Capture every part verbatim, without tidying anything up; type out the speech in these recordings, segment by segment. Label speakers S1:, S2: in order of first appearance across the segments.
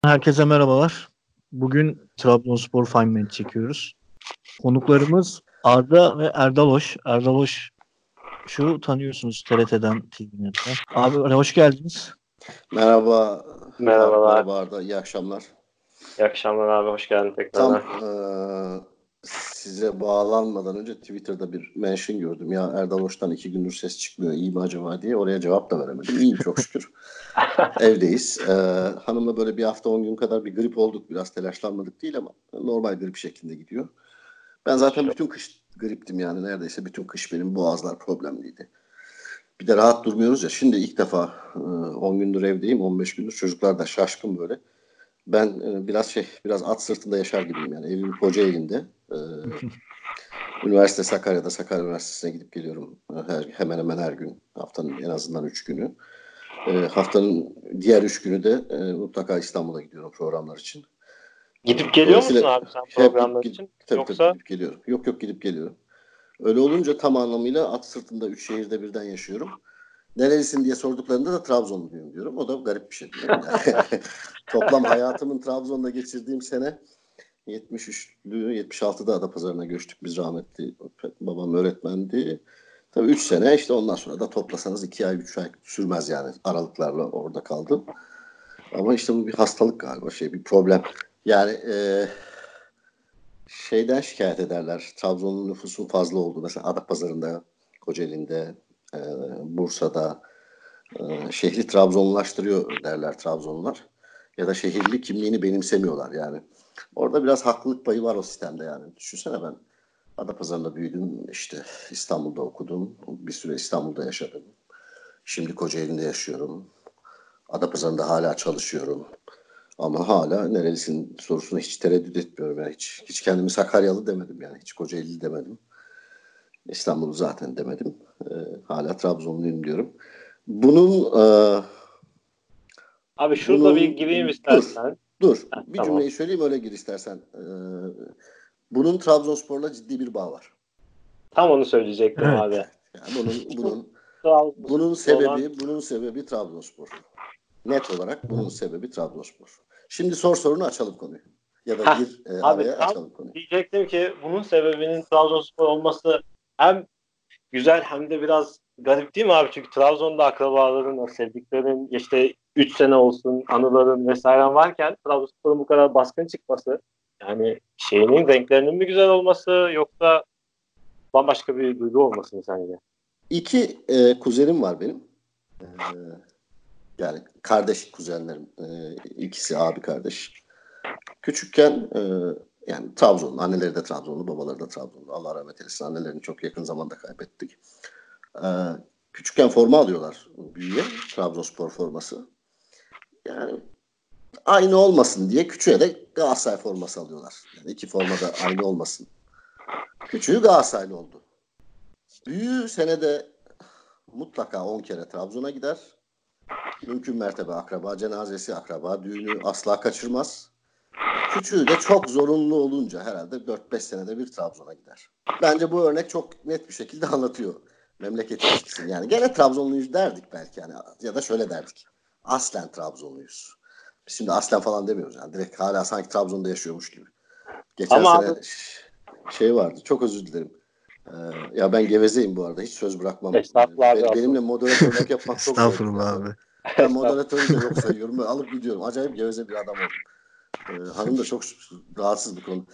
S1: Herkese merhabalar. Bugün Trabzonspor Final çekiyoruz. Konuklarımız Arda ve Erdal Hoş. Erdal Hoş şu tanıyorsunuz T R T'den, T V Net'ten. Abi hoş geldiniz.
S2: Merhaba Faruk,
S3: Merhabalar.
S2: merhaba Arda, iyi akşamlar.
S3: İyi akşamlar abi, hoş geldin
S2: Tam
S3: tekrardan.
S2: eee, size bağlanmadan önce Twitter'da bir mention gördüm. Ya Erdal Hoş'tan iki gündür ses çıkmıyor, iyi mi acaba diye. Oraya cevap da veremedim. İyiyim çok şükür. Evdeyiz. Eee, hanımla böyle bir hafta on gün kadar bir grip olduk. Biraz telaşlanmadık değil ama normal grip şeklinde gidiyor. Ben zaten bütün kış griptim yani. Neredeyse bütün kış benim boğazlar problemliydi. Bir de rahat durmuyoruz ya. Şimdi ilk defa eee, on gündür evdeyim. on beş gündür çocuklar da şaşkın böyle. Ben e, biraz şey, biraz at sırtında yaşar gibiyim yani. Evim Kocaeli'nde. Ee, üniversite Sakarya'da, Sakarya Üniversitesi'ne gidip geliyorum. Her, hemen hemen her gün. Haftanın en azından üç günü. Ee, haftanın diğer üç günü de e, mutlaka İstanbul'a gidiyorum programlar için.
S3: Gidip geliyor musun
S2: Dolayısıyla
S3: abi sen
S2: hep gidip,
S3: programlar
S2: gidip
S3: için?
S2: tabii tabii
S3: Yoksa
S2: gidip geliyorum. Yok yok gidip geliyorum. Öyle olunca tam anlamıyla at sırtında üç şehirde birden yaşıyorum. Nerelisin diye sorduklarında da Trabzonluyum diyorum. O da garip bir şey değil mi? Yani toplam hayatımın Trabzon'da geçirdiğim sene yetmiş üçlü yetmiş altıda Adapazarı'na göçtük biz rahmetli. Babam öğretmendi. Tabii üç sene işte ondan sonra da toplasanız iki ay üç ay sürmez yani aralıklarla orada kaldım. Ama işte bu bir hastalık galiba şey bir problem. Yani e, şeyden şikayet ederler. Trabzon'un nüfusun fazla olduğu mesela Adapazarı'nda, Kocaeli'nde, e, Bursa'da e, şehri Trabzonlaştırıyor derler Trabzonlular. Ya da şehirli kimliğini benimsemiyorlar yani. Orada biraz haklılık payı var o sistemde yani. Düşünsene ben Adapazarı'nda büyüdüm, işte İstanbul'da okudum, bir süre İstanbul'da yaşadım. Şimdi Kocaeli'nde yaşıyorum. Adapazarı'nda hala çalışıyorum. Ama hala nerelisin sorusuna hiç tereddüt etmiyorum. Yani hiç, hiç kendimi Sakaryalı demedim yani. Hiç Kocaeli demedim. İstanbul'u zaten demedim. Ee, hala Trabzonluyum diyorum. Bunun e,
S3: abi şurada bir
S2: bunun
S3: gireyim
S2: dur
S3: istersen.
S2: dur
S3: Heh,
S2: bir
S3: tamam.
S2: cümleyi söyleyeyim öyle gir istersen. Ee, bunun Trabzonspor'la ciddi bir bağ var.
S3: Tam onu söyleyecektim
S1: Evet.
S3: abi.
S2: Yani bunun bunun bunun
S3: Trabzonspor olan
S2: sebebi bunun sebebi Trabzonspor. Net olarak bunun sebebi Trabzonspor. Şimdi sor sorunu açalım konuyu. Ya da
S3: Heh,
S2: gir e,
S3: abi
S2: araya
S3: tam
S2: açalım konuyu.
S3: diyecektim ki bunun sebebinin Trabzonspor olması hem güzel hem de biraz garip değil mi abi? Çünkü Trabzon'da akrabaların, sevdiklerin, işte üç sene olsun anıların vesaire varken Trabzonspor'un bu kadar baskın çıkması, yani şeyinin renklerinin mi güzel olması yoksa bambaşka bir duygu olması mı sence?
S2: İki e, kuzenim var benim. E, yani kardeş kuzenlerim. E, ikisi abi kardeş. Küçükken e, yani Trabzonlu. Anneleri de Trabzonlu, babaları da Trabzonlu. Allah rahmet eylesin. Annelerini çok yakın zamanda kaybettik. E, küçükken forma alıyorlar büyüye. Trabzonspor forması. Yani aynı olmasın diye küçüğe de Galatasaray forması alıyorlar. Yani iki forma da aynı olmasın. Küçüğü Galatasaraylı oldu. Büyüğü senede mutlaka on kere Trabzon'a gider. Mümkün mertebe akraba cenazesi, akraba düğünü asla kaçırmaz. Küçüğü de çok zorunlu olunca herhalde dört beş senede bir Trabzon'a gider. Bence bu örnek çok net bir şekilde anlatıyor memleket ilişkisini. Yani gene Trabzonluyuz derdik belki yani ya da şöyle derdik. Aslen Trabzonluyuz. Biz şimdi aslen falan demiyoruz yani direkt hala sanki Trabzon'da yaşıyormuş gibi. Geçen
S3: Ama abi
S2: sene şey vardı çok özür dilerim. Ee, ya ben gevezeyim bu arada hiç söz bırakmam.
S3: estağfurullah abi,
S2: Be- benimle
S3: asıl.
S2: moderatörlük yapmak çok zevkli
S1: Estağfurullah
S2: yani.
S1: abi.
S2: Ben
S3: Estağfurullah.
S2: moderatörü de yok sayıyorum. Böyle alıp gidiyorum. Acayip geveze bir adam oldum. Ee, hanım da çok rahatsız bu konu.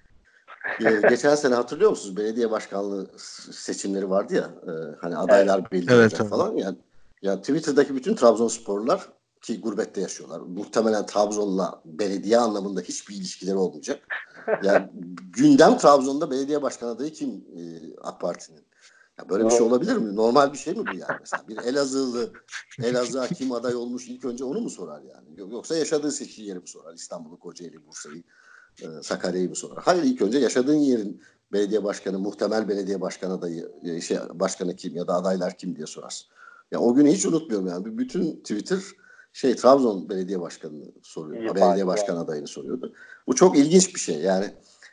S2: Ee, geçen sene hatırlıyor musunuz? Belediye başkanlığı seçimleri vardı ya. E, hani
S3: Evet.
S2: adaylar belli
S1: Evet
S2: olacak
S1: abi.
S2: falan. Yani, yani Twitter'daki bütün Trabzonsporlular ki gurbette yaşıyorlar. Muhtemelen Trabzon'la belediye anlamında hiçbir ilişkileri olmayacak. Yani gündem Trabzon'da belediye başkan adayı kim e, AK Parti'nin? Ya böyle bir şey olabilir mi? Normal bir şey mi bu yani? Mesela bir Elazığlı Elazığ'a kim aday olmuş ilk önce onu mu sorar yani? Yoksa yaşadığı seçili yeri mi sorar? İstanbul'u, Kocaeli, Bursa'yı, e, Sakarya'yı mı sorar? Hayır ilk önce yaşadığın yerin belediye başkanı, muhtemel belediye başkan adayı, e, şey, başkanı kim ya da adaylar kim diye sorarsın. Ya o günü hiç unutmuyorum yani. Bütün Twitter şey Trabzon belediye başkanını soruyordu.
S3: İyi
S2: Belediye
S3: takip
S2: başkan
S3: abi.
S2: adayını soruyordu. Bu çok ilginç bir şey. Yani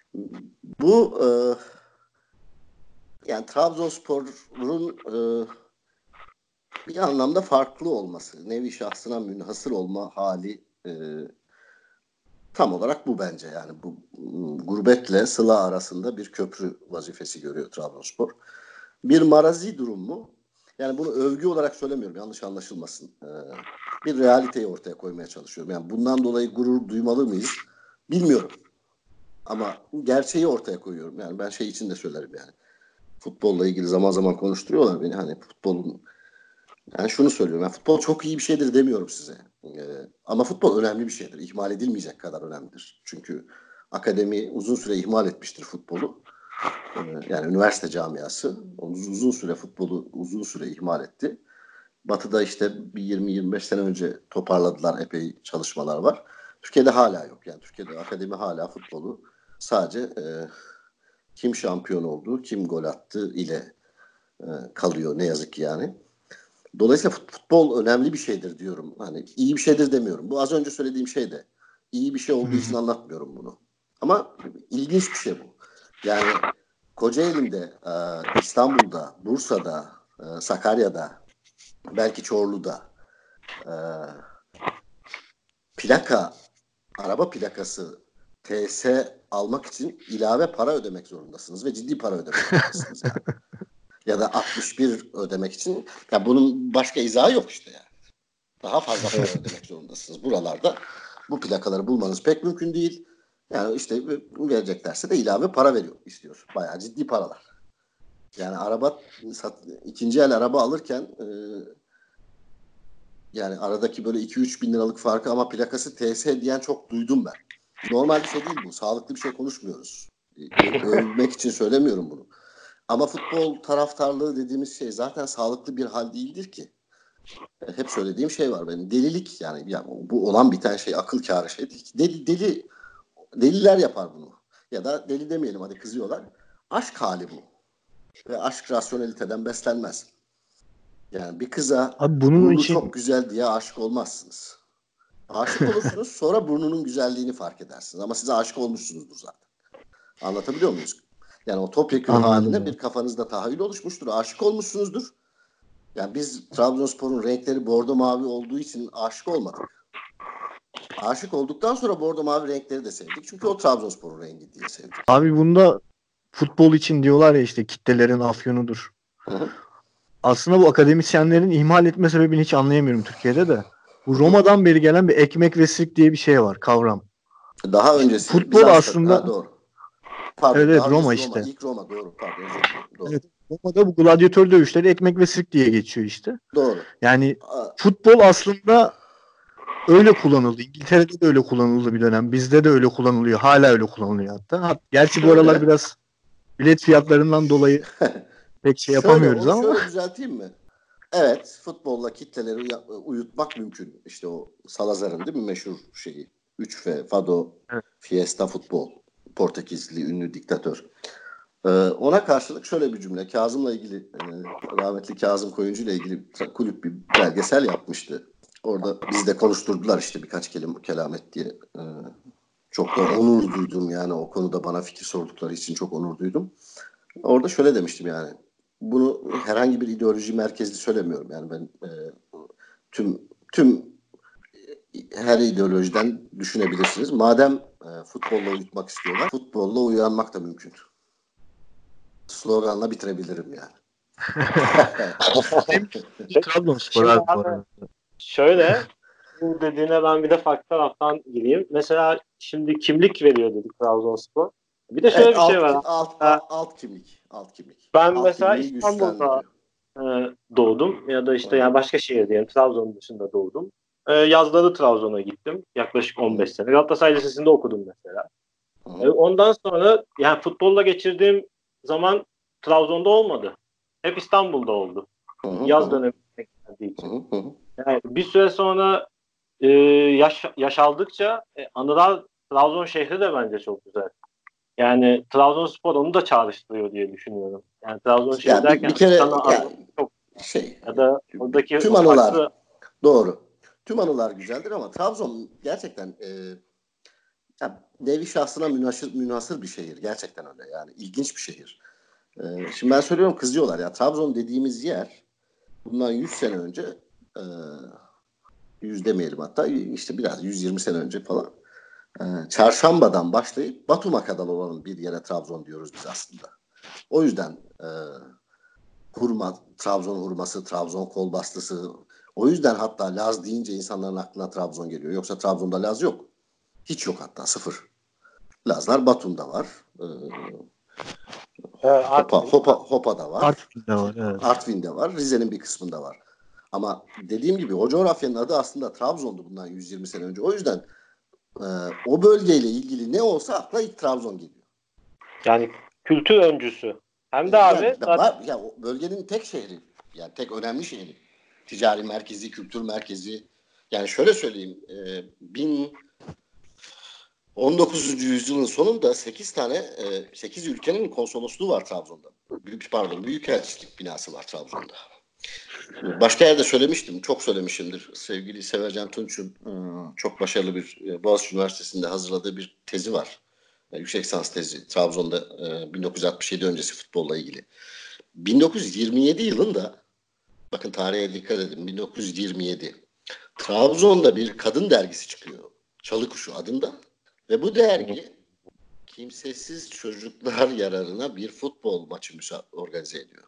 S2: bu e, yani Trabzonspor'un e, bir anlamda farklı olması, nevi şahsına münhasır olma hali e, tam olarak bu bence. Yani bu gurbetle sıla arasında bir köprü vazifesi görüyor Trabzonspor. Bir marazi durum mu? Yani bunu övgü olarak söylemiyorum. Yanlış anlaşılmasın. Ee, bir realiteyi ortaya koymaya çalışıyorum. Yani bundan dolayı gurur duymalı mıyız? Bilmiyorum. Ama gerçeği ortaya koyuyorum. Yani ben şey için de söylerim yani. Futbolla ilgili zaman zaman konuşturuyorlar beni. Hani futbolun yani şunu söylüyorum. Yani futbol çok iyi bir şeydir demiyorum size. Ee, ama futbol önemli bir şeydir. İhmal edilmeyecek kadar önemlidir. Çünkü akademi uzun süre ihmal etmiştir futbolu. Ee, yani üniversite camiası uzun, uzun süre futbolu uzun süre ihmal etti. Batı'da işte bir yirmi yirmi beş sene önce toparladılar. Epey çalışmalar var. Türkiye'de hala yok. Yani Türkiye'de akademi hala futbolu sadece e, kim şampiyon oldu, kim gol attı ile e, kalıyor ne yazık ki yani. Dolayısıyla futbol önemli bir şeydir diyorum. Hani iyi bir şeydir demiyorum. Bu az önce söylediğim şey de iyi bir şey olduğu için anlatmıyorum bunu. Ama ilginç bir şey bu. Yani Kocaeli'nde, e, İstanbul'da, Bursa'da, e, Sakarya'da, belki Çorlu'da e, plaka, araba plakası T S almak için ilave para ödemek zorundasınız ve ciddi para ödemek zorundasınız yani. Ya da altmış bir ödemek için. Ya bunun başka izahı yok işte yani. Daha fazla para ödemek zorundasınız. Buralarda bu plakaları bulmanız pek mümkün değil. Yani işte vereceklerse de ilave para veriyor istiyor. Bayağı ciddi paralar. Yani araba sat, ikinci el araba alırken e, yani aradaki böyle iki üç bin liralık farkı ama plakası T S diyen çok duydum ben. Normal bir şey değil bu. Sağlıklı bir şey konuşmuyoruz. Övmek için söylemiyorum bunu. Ama futbol taraftarlığı dediğimiz şey zaten sağlıklı bir hal değildir ki. Hep söylediğim şey var benim. Delilik yani, yani bu olan biten şey akıl kârı şey değil. Deli, deli, deliler yapar bunu. Ya da deli demeyelim hadi kızıyorlar. Aşk hali bu. Ve aşk rasyoneliteden beslenmez. Yani bir kıza
S1: Abi bunun
S2: burnu
S1: için
S2: çok güzel diye aşık olmazsınız. Aşık olursunuz sonra burnunun güzelliğini fark edersiniz. Ama size aşık olmuşsunuzdur zaten. Anlatabiliyor muyuz? Yani o topyekün
S1: anladım
S2: haline
S1: ya.
S2: bir kafanızda tahayyül oluşmuştur. Aşık olmuşsunuzdur. Yani biz Trabzonspor'un renkleri bordo mavi olduğu için aşık olmadık. Aşık olduktan sonra bordo mavi renkleri de sevdik. Çünkü o Trabzonspor'un rengi diye sevdik.
S1: Abi bunda futbol için diyorlar ya işte kitlelerin afyonudur.
S2: Hı hı.
S1: Aslında bu akademisyenlerin ihmal etme sebebini hiç anlayamıyorum Türkiye'de de. Bu Roma'dan beri gelen bir ekmek ve sirk diye bir şey var, kavram.
S2: Daha
S1: İşte
S2: öncesi
S1: futbol
S2: Bizans'ta.
S1: aslında
S2: Ha, doğru. Pardon
S1: evet, evet
S2: daha
S1: Roma
S2: öncesi Roma.
S1: işte.
S2: İlk Roma doğru. Pardon özür dilerim. Doğru.
S1: Evet, Roma'da bu gladyatör dövüşleri ekmek ve sirk diye geçiyor işte.
S2: Doğru.
S1: Yani
S2: Aa,
S1: futbol aslında öyle kullanıldı. İngiltere'de de öyle kullanıldı bir dönem. Bizde de öyle kullanılıyor. Hala öyle kullanılıyor hatta. Ha, gerçi bu aralar
S2: şöyle
S1: biraz bilet fiyatlarından dolayı pek şey
S2: şöyle
S1: yapamıyoruz
S2: onu
S1: ama
S2: şöyle düzelteyim mi? Evet, futbolla kitleleri uya- uyutmak mümkün. İşte o Salazar'ın değil mi meşhur şeyi? üç F, Fado,
S1: evet.
S2: Fiesta Futbol. Portekizli ünlü diktatör. Ee, ona karşılık şöyle bir cümle. Kazım'la ilgili, e, rahmetli Kazım Koyuncu ile ilgili kulüp bir belgesel yapmıştı. Orada bizi de konuşturdular işte birkaç kelime kelamet diye. Ee, çok da onur duydum yani o konuda bana fikir sordukları için çok onur duydum. Orada şöyle demiştim yani. Bunu herhangi bir ideoloji merkezli söylemiyorum. Yani ben e, tüm tüm her ideolojiden düşünebilirsiniz. Madem e, futbolla uyutmak istiyorlar, futbolla uyanmak da mümkün. Sloganla bitirebilirim yani.
S1: benim Trabzonspor
S3: Şimdi
S1: abi bu
S3: abi
S1: arada.
S3: şöyle bu dediğine ben bir de farklı taraftan gireyim. Mesela şimdi kimlik veriyor dedik Trabzonspor. Bir de
S2: Evet,
S3: şöyle bir şey
S2: alt
S3: var.
S2: ki- alt
S3: Mesela
S2: alt, alt kimlik, alt kimlik.
S3: ben
S2: Alt
S3: mesela
S2: kimliği
S3: İstanbul'da
S2: güçlendiriyor.
S3: e, doğdum ya da işte
S2: Hı,
S3: yani başka şehir diyelim Trabzon dışında doğdum. E, yazları Trabzon'a gittim. Yaklaşık on beş
S2: hı,
S3: sene. Galatasaray Lisesi'nde okudum mesela. E,
S2: hı,
S3: ondan sonra yani futbolla geçirdiğim zaman Trabzon'da olmadı. Hep İstanbul'da oldu.
S2: hı,
S3: Yaz
S2: hı,
S3: dönemi geldiği
S2: hı,
S3: için.
S2: hı.
S3: Yani bir süre sonra e, yaş, yaş aldıkça e, anılar Trabzon şehri de bence çok güzel. Yani Trabzonspor onu da çağrıştırıyor diye düşünüyorum. Yani Trabzon şehri
S2: Ya bir, bir
S3: derken
S2: kere
S3: sana anı
S2: yani
S3: çok
S2: şey
S3: ya da oradaki
S2: tüm
S3: o
S2: anılar
S3: farklı
S2: doğru. Tüm anılar güzeldir ama Trabzon gerçekten e, ya nevi şahsına münhasır, münhasır bir şehir. Gerçekten öyle yani ilginç bir şehir. E, şimdi ben söylüyorum kızıyorlar ya Trabzon dediğimiz yer bundan yüz sene önce e, yüz demeyelim hatta işte biraz yüz yirmi sene önce falan Ee, çarşambadan başlayıp Batum'a kadar olan bir yere Trabzon diyoruz biz aslında. O yüzden e, hurma, Trabzon hurması, Trabzon kolbastısı. O yüzden hatta Laz deyince insanların aklına Trabzon geliyor. Yoksa Trabzon'da Laz yok. Hiç yok hatta sıfır. Lazlar Batum'da var. Ee,
S3: Evet,
S2: Hopa,
S3: Artvin.
S2: Hopa, Hopa'da var.
S1: Artvin'de var. Evet.
S2: Artvin'de var. Rize'nin bir kısmında var. Ama dediğim gibi o coğrafyanın adı aslında Trabzon'du bundan yüz yirmi sene önce. O yüzden e, o bölgeyle ilgili ne olsa akla ilk Trabzon geliyor.
S3: Yani kültür öncüsü. Hem de
S2: Yani
S3: abi
S2: da var, ya o bölgenin tek şehri. Yani tek önemli şehri. Ticari merkezi, kültür merkezi. Yani şöyle söyleyeyim. E, bin on dokuzuncu yüzyılın sonunda sekiz tane e, sekiz ülkenin konsolosluğu var Trabzon'da. Büyük pardon, büyükelçilik binası var Trabzon'da. Başka yerde söylemiştim, çok söylemişimdir. Sevgili Severcan Tunç'un e, çok başarılı bir e, Boğaziçi Üniversitesi'nde hazırladığı bir tezi var. E, yüksek lisans tezi Trabzon'da e, bin dokuz yüz altmış yedi öncesi futbolla ilgili. bin dokuz yüz yirmi yedi yılında, bakın tarihe dikkat edin, bin dokuz yüz yirmi yedi Trabzon'da bir kadın dergisi çıkıyor. Çalıkuşu adında. Ve bu dergi kimsesiz çocuklar yararına bir futbol maçı organize ediyor.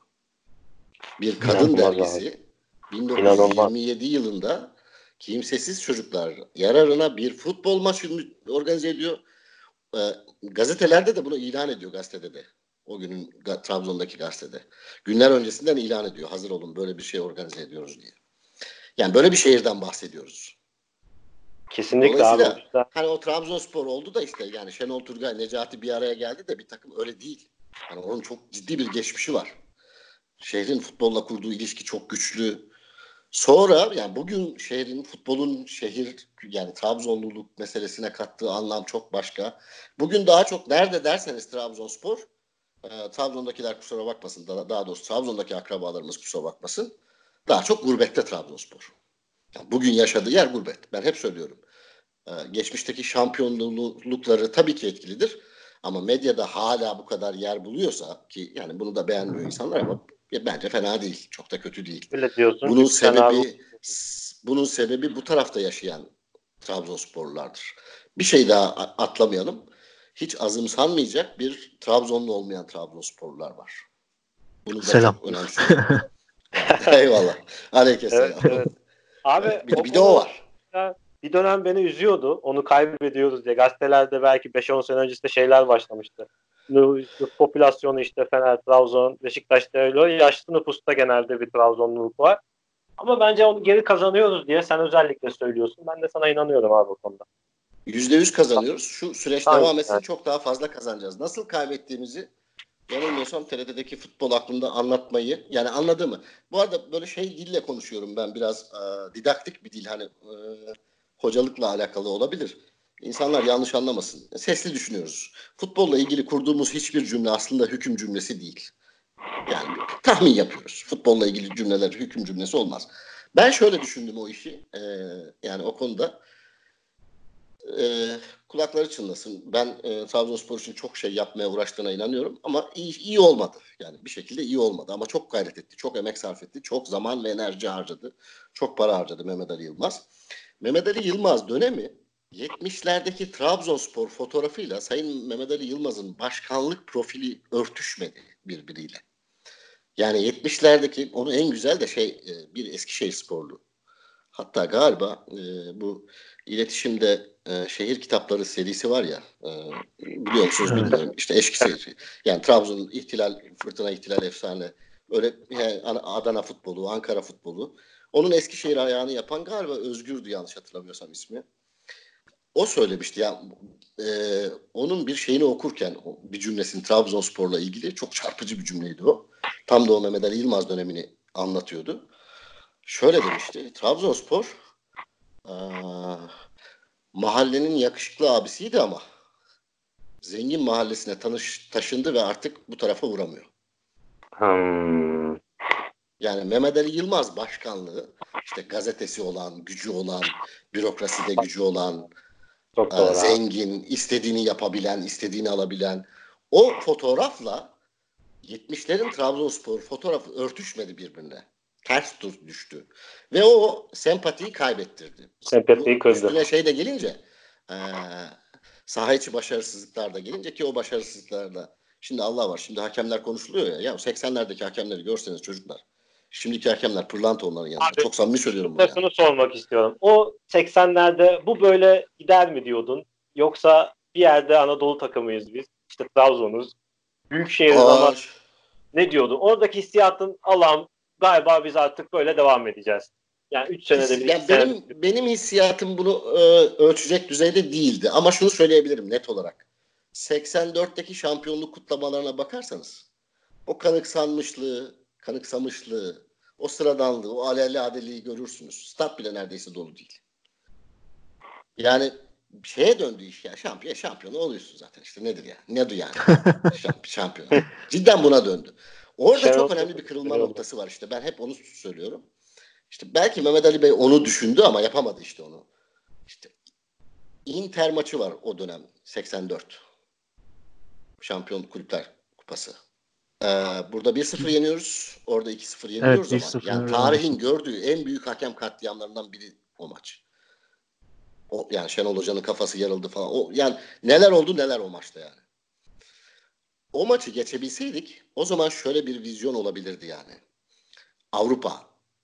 S2: Bir kadın
S3: İnanılmaz
S2: dergisi
S3: abi.
S2: bin dokuz yüz
S3: İnanılmaz.
S2: yirmi yedi yılında kimsesiz çocuklar yararına bir futbol maçı organize ediyor. E, gazetelerde de bunu ilan ediyor, gazetede de. O günün ga- Trabzon'daki gazetede. Günler öncesinden ilan ediyor. Hazır olun, böyle bir şey organize ediyoruz diye. Yani böyle bir şehirden bahsediyoruz.
S3: Kesinlikle abi. O
S2: Dolayısıyla
S3: yüzden
S2: hani o Trabzonspor oldu da işte yani Şenol Turgay, Necati bir araya geldi de bir takım öyle değil. Yani onun çok ciddi bir geçmişi var. Şehrin futbolla kurduğu ilişki çok güçlü. Sonra yani bugün şehrin, futbolun şehir yani Trabzonluluk meselesine kattığı anlam çok başka. Bugün daha çok nerede derseniz Trabzonspor, e, Trabzon'dakiler kusura bakmasın, daha, daha doğrusu Trabzon'daki akrabalarımız kusura bakmasın. Daha çok gurbette Trabzonspor. Yani bugün yaşadığı yer gurbet. Ben hep söylüyorum. Ee, geçmişteki şampiyonlukları tabii ki etkilidir. Ama medyada hala bu kadar yer buluyorsa ki yani bunu da beğenmiyor insanlar ama bence fena değil. Çok da kötü değil.
S3: öyle diyorsun.
S2: Bunun
S3: Çünkü sen abi
S2: sebebi bunun sebebi bu tarafta yaşayan Trabzonsporlulardır. Bir şey daha atlamayalım. Hiç azımsanmayacak bir Trabzonlu olmayan Trabzonsporlular var. Bunu da
S1: Selam.
S2: çok önemsiyorum. Eyvallah.
S3: evet,
S2: Aleykümselam.
S3: evet. Abi
S2: Bir,
S3: o
S2: bir de o
S3: konu
S2: var.
S3: bir dönem beni üzüyordu. Onu kaybediyoruz diye. Gazetelerde belki beş on sene öncesinde şeyler başlamıştı. Nüfus popülasyonu işte Fener, Trabzon, Beşiktaş'ta öyle. Yaşlı nüfusta genelde bir Trabzonluluk var. Ama bence onu geri kazanıyoruz diye sen özellikle söylüyorsun. Ben de sana inanıyorum abi bu konuda.
S2: Yüzde yüz kazanıyoruz. Şu süreç
S3: Aynen.
S2: devam etsin, çok daha fazla kazanacağız. Nasıl kaybettiğimizi yanılmıyorsam T R T'deki futbol aklımda anlatmayı, yani anladığımı. Bu arada böyle şey dille konuşuyorum ben, biraz e, didaktik bir dil, hani e, hocalıkla alakalı olabilir. İnsanlar yanlış anlamasın. Sesli düşünüyoruz. Futbolla ilgili kurduğumuz hiçbir cümle aslında hüküm cümlesi değil. Yani tahmin yapıyoruz. Futbolla ilgili cümleler hüküm cümlesi olmaz. Ben şöyle düşündüm o işi. E, yani o konuda e, kulakları çınlasın. Ben e, Trabzonspor için çok şey yapmaya uğraştığına inanıyorum ama iyi, iyi olmadı. Yani bir şekilde iyi olmadı ama çok gayret etti, çok emek sarf etti, çok zaman ve enerji harcadı. Çok para harcadı Mehmet Ali Yılmaz. Mehmet Ali Yılmaz dönemi yetmişlerdeki Trabzonspor fotoğrafıyla Sayın Mehmet Ali Yılmaz'ın başkanlık profili örtüşmedi birbiriyle. Yani yetmişlerdeki onu en güzel de şey e, bir Eskişehirsporlu. Hatta galiba e, bu iletişimde e, şehir kitapları serisi var ya, e, biliyor musunuz
S1: Evet.
S2: bilmiyorum. İşte Eskişehir, yani Trabzon'un ihtilal, fırtına ihtilal efsane. Öyle yani Adana futbolu, Ankara futbolu. Onun Eskişehir ayağını yapan galiba Özgür'dü yanlış hatırlamıyorsam ismi. O söylemişti ya, e, onun bir şeyini okurken bir cümlesini Trabzonspor'la ilgili çok çarpıcı bir cümleydi o. Tam da o Mehmet Ali Yılmaz dönemini anlatıyordu. Şöyle demişti. Trabzonspor Aa, mahallenin yakışıklı abisiydi ama zengin mahallesine tanış, taşındı ve artık bu tarafa uğramıyor.
S3: Hmm.
S2: Yani Mehmet Ali Yılmaz başkanlığı, işte gazetesi olan, gücü olan, bürokraside gücü olan,
S3: Çok
S2: e,
S3: doğru abi.
S2: zengin, istediğini yapabilen, istediğini alabilen o fotoğrafla yetmişlerin Trabzonspor fotoğrafı örtüşmedi birbirine. Ters dur düştü. Ve o sempatiyi kaybettirdi.
S3: Sempatiyi
S2: Bu
S3: kırdı.
S2: üstüne şey de gelince e, saha içi başarısızlıklar da gelince ki o başarısızlıklarda şimdi Allah var. Şimdi hakemler konuşuluyor ya. Ya seksenlerdeki hakemleri görseniz çocuklar. Şimdiki hakemler pırlanta onların yanında.
S3: Abi,
S2: Çok samimi söylüyorum bunu
S3: burada
S2: yani.
S3: şunu sormak istiyorum. O seksenlerde bu böyle gider mi diyordun? Yoksa bir yerde Anadolu takımıyız biz. İşte Trabzon'uz. Büyük şehiriz
S2: Aa,
S3: ama ne diyordu? Oradaki hissiyatın Allah'ım galiba biz artık böyle devam edeceğiz. Yani üç senede bir, iki
S2: yani
S3: senede
S2: benim
S3: bir.
S2: benim hissiyatım bunu e, ölçecek düzeyde değildi. Ama şunu söyleyebilirim net olarak. seksen dörtteki şampiyonluk kutlamalarına bakarsanız o kanıksanmışlığı, kanıksamışlığı, o sıradanlığı, o alelade görürsünüz. Stat bile neredeyse dolu değil. Yani şeye döndü iş ya. Şampiyon, şampiyon oluyorsun zaten işte nedir ya? Nedir yani? Şamp- şampiyon. Cidden buna döndü. Orada
S3: Şenol
S2: çok önemli bir kırılma
S3: Şenol.
S2: noktası var işte. Ben hep onu söylüyorum. İşte belki Mehmet Ali Bey onu düşündü ama yapamadı işte onu. İşte Inter maçı var o dönem seksen dört. Şampiyon Kulüpler Kupası. Ee, burada bir sıfır yeniyoruz. Orada iki sıfır yeniliyoruz
S1: Evet,
S2: ama
S1: bir sıfır
S2: yani tarihin gördüğü en büyük hakem katliamlarından biri o maç. O yani Şenol Hoca'nın kafası yarıldı falan. O yani neler oldu neler o maçta yani. O maçı geçebilseydik o zaman şöyle bir vizyon olabilirdi yani. Avrupa.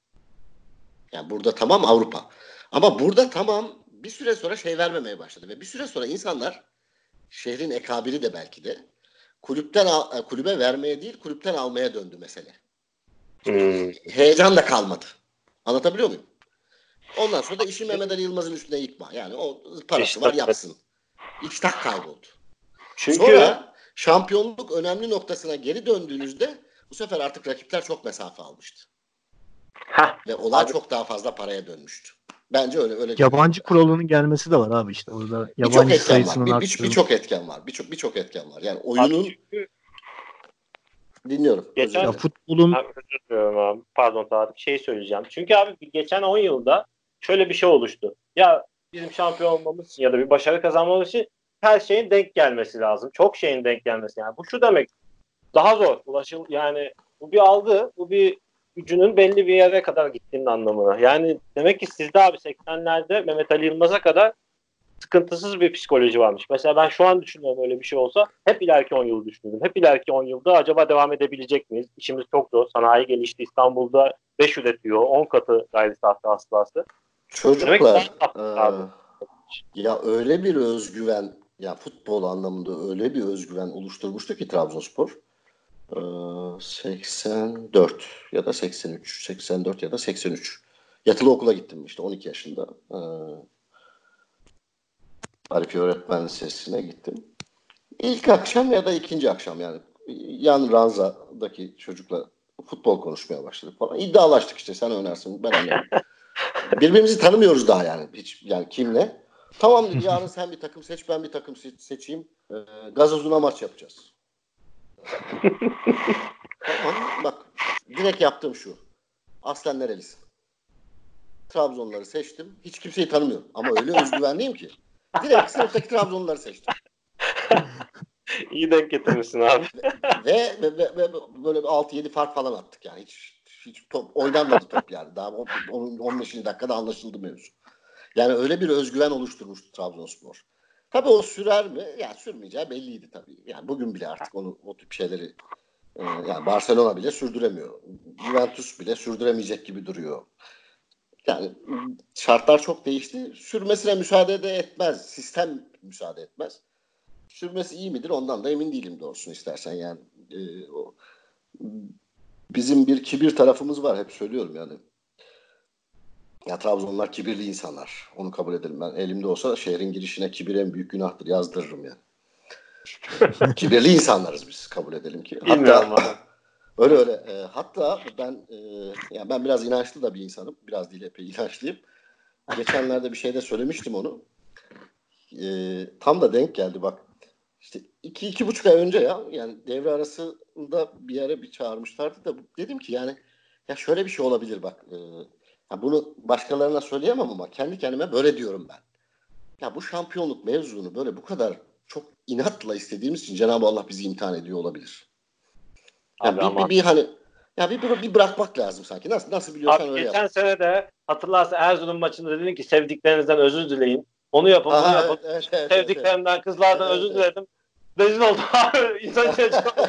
S2: Yani burada tamam Avrupa. Ama burada tamam bir süre sonra şey vermemeye başladı ve bir süre sonra insanlar şehrin ekabiri de belki de kulüpten al, kulübe vermeye değil kulüpten almaya döndü mesele.
S3: Hmm.
S2: Heyecan da kalmadı. Anlatabiliyor muyum? Ondan sonra da işi Mehmet Ali Yılmaz'ın üstüne yıkma. Yani o parası
S3: İşte,
S2: var yapsın. İştah kayboldu.
S3: Çünkü
S2: Sonra şampiyonluk önemli noktasına geri döndüğünüzde bu sefer artık rakipler çok mesafe almıştı.
S3: heh,
S2: Ve olay
S3: abi,
S2: çok daha fazla paraya dönmüştü. Bence öyle öyle.
S1: Yabancı kuralının gelmesi de var abi işte orada.
S2: Birçok
S1: Yabancı
S2: etken var.
S1: sayısının
S2: Bir, bir,
S1: arttığı.
S2: birçok etken var. Birçok birçok etken var. Yani
S3: abi
S2: oyunun
S3: çünkü
S2: dinliyorum. Özür
S3: geçen
S1: Ya
S2: dilerim.
S1: futbolun
S3: abi, özür diliyorum abi. Pardon Tarık. Şey söyleyeceğim. Çünkü abi geçen on yılda şöyle bir şey oluştu. Ya bizim şampiyon olmamız için ya da bir başarı kazanmamız için her şeyin denk gelmesi lazım. Çok şeyin denk gelmesi. Yani bu şu demek. Daha zor. Ulaşıl yani bu bir algı. Bu bir gücünün belli bir yere kadar gittiğinin anlamına. Yani demek ki sizde abi seksenlerde Mehmet Ali Yılmaz'a kadar sıkıntısız bir psikoloji varmış. Mesela ben şu an düşünüyorum öyle bir şey olsa hep ileriki on yıl düşünürdüm. Hep ileriki on yılda acaba devam edebilecek miyiz? İşimiz çok zor. Sanayi gelişti. İstanbul'da beş üretiyor. on katı gayri saati hasılası. Demek ki
S2: Çocuklar
S3: daha
S2: e,
S3: abi.
S2: ya öyle bir özgüven ya futbol anlamında öyle bir özgüven oluşturmuştu ki Trabzonspor. E, seksen dört ya da seksen üç. seksen dört ya da seksen üç. Yatılı okula gittim işte on iki yaşında. E, Arifi Öğretmen Lisesi'ne gittim. İlk akşam ya da ikinci akşam yani yan ranzadaki çocukla futbol konuşmaya başladık falan. İddialaştık işte sen oynarsın ben oynarım. Birbirimizi tanımıyoruz daha yani. Hiç yani kimle? Tamam dedi yarın sen bir takım seç ben bir takım se- seçeyim. Ee, Gazozuna maç yapacağız. Tamam bak direkt yaptığım şu. Aslen nerelisin? Trabzonları seçtim. Hiç kimseyi tanımıyorum. Ama öyle özgüvenliyim ki. Direkt sınıftaki Trabzonluları seçtim.
S3: İyi denk getirmişsin abi.
S2: Ve, ve, ve, ve böyle altı yedi fark falan attık yani. Hiç, hiç top oynanmadı top yani. Daha on beşinci dakikada anlaşıldı mevzu. Yani öyle bir özgüven oluşturmuştu Trabzonspor. Tabii o sürer mi? Yani sürmeyeceği belliydi tabii. Yani bugün bile artık onu o tip şeyleri e, yani Barcelona bile sürdüremiyor. Juventus bile sürdüremeyecek gibi duruyor. Yani şartlar çok değişti. Sürmesine müsaade de etmez. Sistem müsaade etmez. Sürmesi iyi midir? Ondan da emin değilim doğrusunu istersen yani. E, o, bizim bir kibir tarafımız var. Hep söylüyorum yani. Ya Trabzonlar kibirli insanlar. Onu kabul edelim. Ben elimde olsa şehrin girişine kibir en büyük günahtır. Yazdırırım yani. Kibirli insanlarız biz kabul edelim ki.
S3: Bilmiyorum
S2: Hatta
S3: abi.
S2: öyle öyle. E, hatta ben e, yani ben biraz inançlı da bir insanım. Biraz değil epey inançlıyım. Geçenlerde bir şeyde söylemiştim onu. E, tam da denk geldi bak. İşte iki, iki buçuk ay önce ya yani devre arasında bir yere bir çağırmışlardı da dedim ki yani ya şöyle bir şey olabilir bak. E, ya bunu başkalarına söyleyemem ama kendi kendime böyle diyorum ben. Ya bu şampiyonluk mevzunu böyle bu kadar çok inatla istediğimiz için Cenab-ı Allah bizi imtihan ediyor olabilir. Yani
S3: Abi
S2: bir, bir,
S3: ama
S2: bir hani ya bir, bir, bir bırakmak lazım sanki. Nasıl nasıl
S3: abi
S2: biliyorsan öyle yap.
S3: geçen sene de hatırlarsın Erzurum maçında dedin ki sevdiklerinizden özür dileyin. Onu yapın, bunu
S2: Aha,
S3: yapın.
S2: evet, evet, evet,
S3: Sevdiklerimden,
S2: evet.
S3: kızlardan
S2: Evet,
S3: özür
S2: evet.
S3: diledim. Rezil oldum abi. İnsan içine çıkamadım.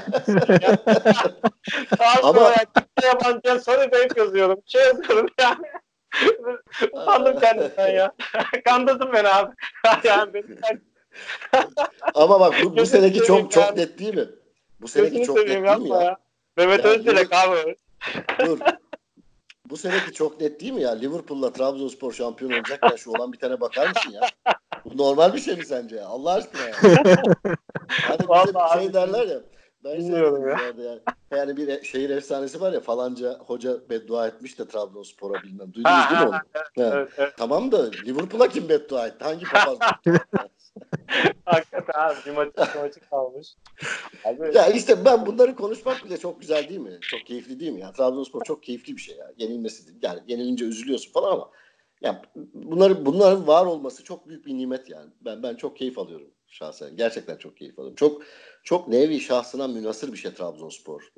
S3: Daha sonra
S2: Ama
S3: yani yabancıya soru deyip yazıyorum. Bir şey yazıyorum yani. Utandım kendimden ya. Kandırdın beni abi. Yani beni
S2: ama bak bu, bu
S3: gözünü
S2: seneki
S3: seveyim
S2: çok çok
S3: yani.
S2: net değil mi? Bu seneki
S3: Gözünü
S2: çok
S3: seveyim
S2: net değil mi
S3: yapma
S2: ya?
S3: ya. Mehmet
S2: Ya
S3: Özdilek
S2: Liver-
S3: abi.
S2: dur. Bu seneki çok net değil mi ya? Liverpool'la Trabzonspor şampiyon olacakken şu olan bitene bakar mısın ya? Bu normal bir şey mi sence ya? Allah aşkına yani. Hani bize
S3: Vallahi
S2: şey
S3: abi
S2: derler ya. Ben şey dedim
S3: bilmiyorum ya.
S2: bir yerde yani. Yani bir e- şehir efsanesi var ya, falanca hoca beddua etmiş de Trabzonspor'a bilmem.
S3: Ha,
S2: Duydunuz değil mi
S3: ha,
S2: onu?
S3: ha, evet,
S2: He.
S3: evet, evet.
S2: Tamam da Liverpool'a kim beddua etti? Hangi papaz beddua etti?
S3: Hakikaten abi bir maçı, iki maçı kalmış. Abi
S2: Ya işte ben bunları konuşmak bile çok güzel değil mi? Çok keyifli değil mi ya? Trabzonspor çok keyifli bir şey ya. Yenilmesi değil. Yani yenilince üzülüyorsun falan ama ya bunları bunların var olması çok büyük bir nimet yani. Ben ben çok keyif alıyorum şahsen. Gerçekten çok keyif alıyorum. Çok çok nevi şahsına münhasır bir şey Trabzonspor. Ee,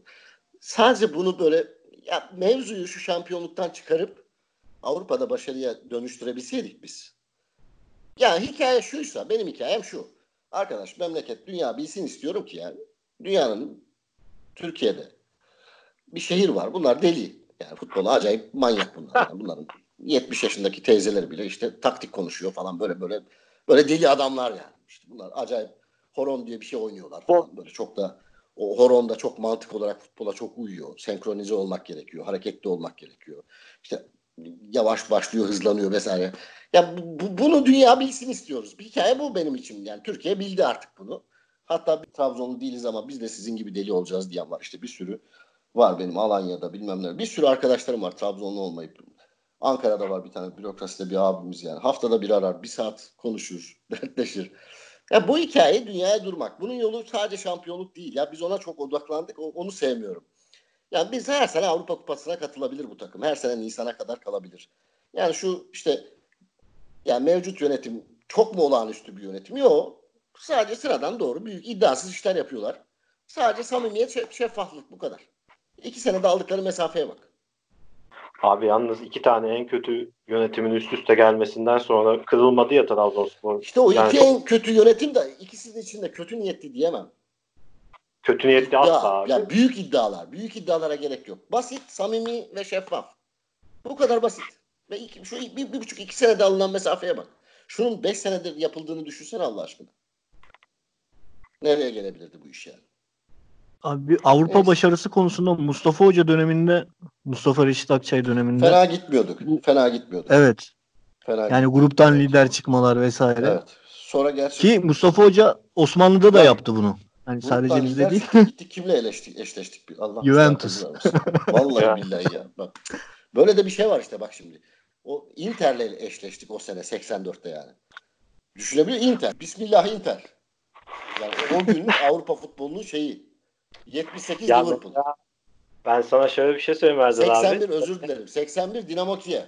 S2: sadece bunu böyle ya mevzuyu şu şampiyonluktan çıkarıp Avrupa'da başarıya dönüştürebilseydik biz. Yani hikaye şuysa, benim hikayem şu. Arkadaş, memleket, dünya bilsin istiyorum ki yani. Dünyanın, Türkiye'de bir şehir var. Bunlar deli. Yani futbola acayip manyak bunlar. Yani bunların yetmiş yaşındaki teyzeleri bile işte taktik konuşuyor falan, böyle böyle böyle deli adamlar yani. İşte bunlar acayip horon diye bir şey oynuyorlar
S3: bu
S2: falan. Böyle çok da o horon da çok mantık olarak futbola çok uyuyor. Senkronize olmak gerekiyor. Hareketli olmak gerekiyor. İşte yavaş başlıyor, hızlanıyor vesaire. Ya bu, bu- bunu dünya bilsin istiyoruz. Bir hikaye bu benim için. Yani Türkiye bildi artık bunu. Hatta bir Trabzonlu değiliz ama biz de sizin gibi deli olacağız diyen var. İşte bir sürü var benim Alanya'da bilmem ne. Bir sürü arkadaşlarım var Trabzonlu olmayıp. Ankara'da var bir tane bürokraside bir abimiz yani. Haftada bir arar, bir saat konuşur, dertleşir. Ya bu hikaye dünyaya durmak. Bunun yolu sadece şampiyonluk değil. Ya biz ona çok odaklandık. O- Onu sevmiyorum. Yani biz her sene Avrupa Kupası'na katılabilir bu takım. Her sene Nisan'a kadar kalabilir. Yani şu işte yani mevcut yönetim çok mu olağanüstü bir yönetim? Yok. Sadece sıradan doğru büyük iddiasız işler yapıyorlar. Sadece samimiyet, şef- şeffaflık bu kadar. İki senede aldıkları mesafeye bak.
S3: abi yalnız iki tane en kötü yönetimin üst üste gelmesinden sonra kırılmadı ya Trabzonspor.
S2: İşte o
S3: Yani
S2: iki
S3: çok
S2: en kötü yönetim de ikisinin içinde kötü niyetli diyemem.
S3: kötü niyetli asla
S2: İddia.
S3: abi.
S2: Ya büyük iddialar. Büyük iddialara gerek yok. Basit, samimi ve şeffaf. Bu kadar basit. Ve iki, şu bir, bir buçuk iki senede alınan mesafeye bak. Şunun beş senedir yapıldığını düşünsene Allah aşkına. Nereye gelebilirdi bu iş yani?
S1: Abi Avrupa
S2: Neyse.
S1: başarısı konusunda Mustafa Hoca döneminde, Mustafa Reşit Akçay döneminde
S2: Fena gitmiyorduk.
S1: bu,
S2: Fena gitmiyorduk.
S1: evet,
S2: Fena
S1: yani
S2: gitmiyorduk.
S1: gruptan
S2: Evet.
S1: lider çıkmalar vesaire.
S2: Evet. Sonra gerçi
S1: Ki Mustafa Hoca Osmanlı'da da
S2: ya
S1: yaptı bunu. Hani sadece
S2: gruptan
S1: bizde
S2: lider
S1: değil.
S2: çıktık gittik. Kimle eleştik, eşleştik? Bir Allah müstahakları
S1: Juventus.
S2: vermesin. Vallahi
S3: Ya,
S2: billahi ya. Bak. Böyle de bir şey var işte bak şimdi. O Inter'le eşleştik o sene seksen dörtte yani. Düşünebiliyor musun? Inter. Bismillah Inter. Yani o, o gün Avrupa futbolunun şeyi. yetmiş sekiz
S3: ya
S2: Liverpool.
S3: mesela ben sana şöyle bir şey söyleyeyim Erdal abi.
S2: seksen bir özür dilerim. seksen bir Dinamo Kiev.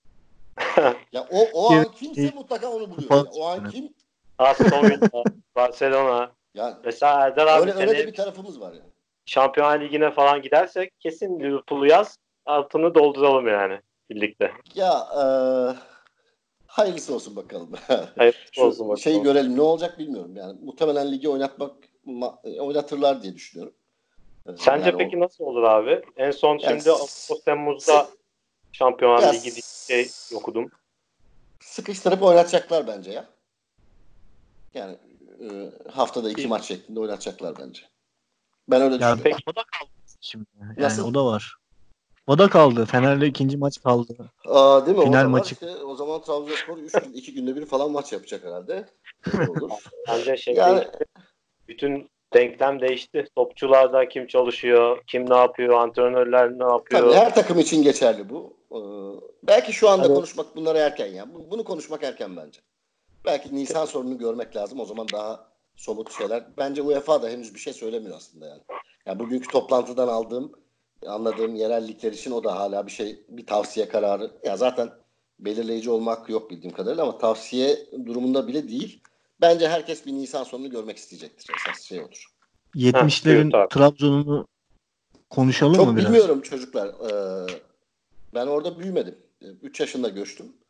S2: Ya o o
S1: Ki-
S2: an kimse
S1: ki
S2: mutlaka onu buluyor.
S1: kupa
S2: Ya o an kim?
S3: Aston Villa, Barcelona.
S2: Ya
S3: Mesela Erdal abi
S2: öyle öyle de
S3: seneye
S2: bir tarafımız var yani.
S3: Şampiyonlar Ligi'ne falan gidersek kesin Liverpool'u yaz. Altını dolduralım yani birlikte.
S2: Ya e, hayırlısı olsun bakalım.
S3: Hayırlısı olsun
S2: Şu şeyi
S3: bakalım.
S2: görelim ne olacak bilmiyorum. Yani muhtemelen ligi oynatmak ma- oynatırlar diye düşünüyorum. E,
S3: Sence
S2: yani
S3: peki
S2: o
S3: nasıl olur abi? En son
S2: yani
S3: şimdi
S2: s-
S3: Ağustos Temmuz'da
S2: sı-
S3: Şampiyonlar
S2: ya
S3: Ligi diye bir şey
S2: s-
S3: okudum.
S2: sıkıştırıp oynatacaklar bence ya. Yani e, haftada iki maç şeklinde oynatacaklar bence. Ben öyle
S1: Ya
S2: düşünüyorum.
S3: Peki
S1: o da kaldı şimdi. Yani
S2: Nasıl?
S1: o da var. O da kaldı. Fener'le ikinci maç kaldı.
S2: Aa, değil mi? O
S1: Final
S2: da var.
S1: maçı.
S2: İşte o zaman Trabzonspor üç gün, iki günde bir falan maç yapacak herhalde. Öyle olur.
S3: bence şey
S2: Yani
S3: değişti. Bütün denklem değişti. Topçularda kim çalışıyor, kim ne yapıyor, antrenörler ne
S2: tabii
S3: yapıyor.
S2: her takım için geçerli bu. Ee, belki şu anda
S3: Hani
S2: konuşmak bunlar erken ya. Bu- Bunu konuşmak erken bence. Belki Nisan sonunu görmek lazım. O zaman daha somut şeyler. Bence UEFA da henüz bir şey söylemiyor aslında yani. Ya bugünkü toplantıdan aldığım, anladığım yerel ligler için o da hala bir şey, bir tavsiye kararı. Ya zaten belirleyici olmak yok bildiğim kadarıyla ama tavsiye durumunda bile değil. Bence herkes bir Nisan sonunu görmek isteyecektir. Esas şey odur.
S3: heh, buyur
S1: yetmişlerin
S3: abi.
S1: Trabzon'unu konuşalım mı
S2: Çok
S1: biraz?
S2: bilmiyorum çocuklar. Ee, ben orada büyümedim. üç yaşında göçtüm.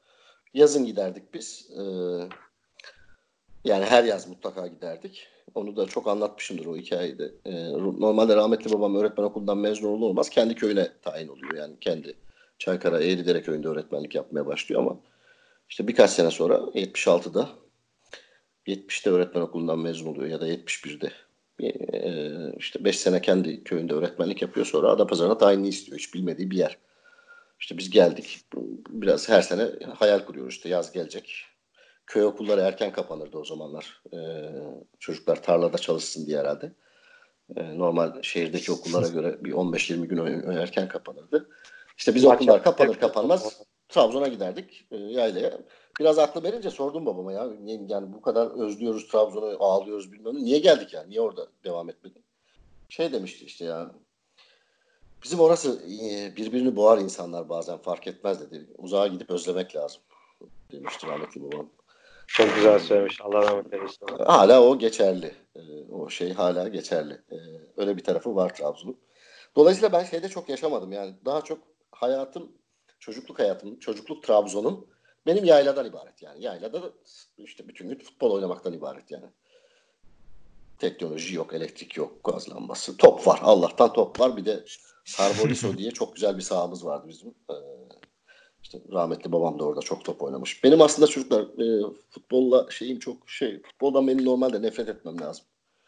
S2: Yazın giderdik biz. Ee, yani her yaz mutlaka giderdik. Onu da çok anlatmışımdır o hikayede. Ee, normalde rahmetli babam öğretmen okulundan mezun olur olmaz kendi köyüne tayin oluyor. Yani kendi Çaykara Eğridere köyünde öğretmenlik yapmaya başlıyor ama işte birkaç sene sonra yetmiş altıda yetmişte öğretmen okulundan mezun oluyor ya da yetmiş birde. Ee, işte beş sene kendi köyünde öğretmenlik yapıyor, sonra Adapazarı'na tayinini istiyor. Hiç bilmediği bir yer. İşte biz geldik. Biraz her sene hayal kuruyoruz, işte yaz gelecek. Köy okulları erken kapanırdı o zamanlar. Ee, çocuklar tarlada çalışsın diye herhalde. Ee, normal şehirdeki okullara göre bir on beş yirmi gün erken kapanırdı. İşte biz
S3: Maç
S2: okullar kapanır
S3: yapacak.
S2: kapanmaz Trabzon'a giderdik, e, yaylaya. Biraz aklı verince sordum babama, ya yani bu kadar özlüyoruz Trabzon'u, ağlıyoruz bilmem ne. Niye geldik yani? Niye orada devam etmedin? Şey demişti işte, ya bizim orası e, birbirini boğar insanlar, bazen fark etmez dedi. Uzağa gidip özlemek lazım demişti rahmetli babam.
S3: Çok güzel söylemiş. Allah rahmet eylesin.
S2: Hala o geçerli. Ee, o şey hala geçerli. Ee, öyle bir tarafı var Trabzon'un. Dolayısıyla ben şeyde çok yaşamadım. Yani daha çok hayatım, çocukluk hayatım, çocukluk Trabzon'um benim yayladan ibaret yani. Yaylada da işte bütün gün futbol oynamaktan ibaret yani. Teknoloji yok, elektrik yok, gaz lambası. Top var. Allah'tan top var. Bir de Sarboliso diye çok güzel bir sahamız vardı bizim. Ee, işte rahmetli babam da orada çok top oynamış. Benim aslında çocuklar e, futbolla şeyim çok şey. Futboldan benim normalde nefret etmem lazım.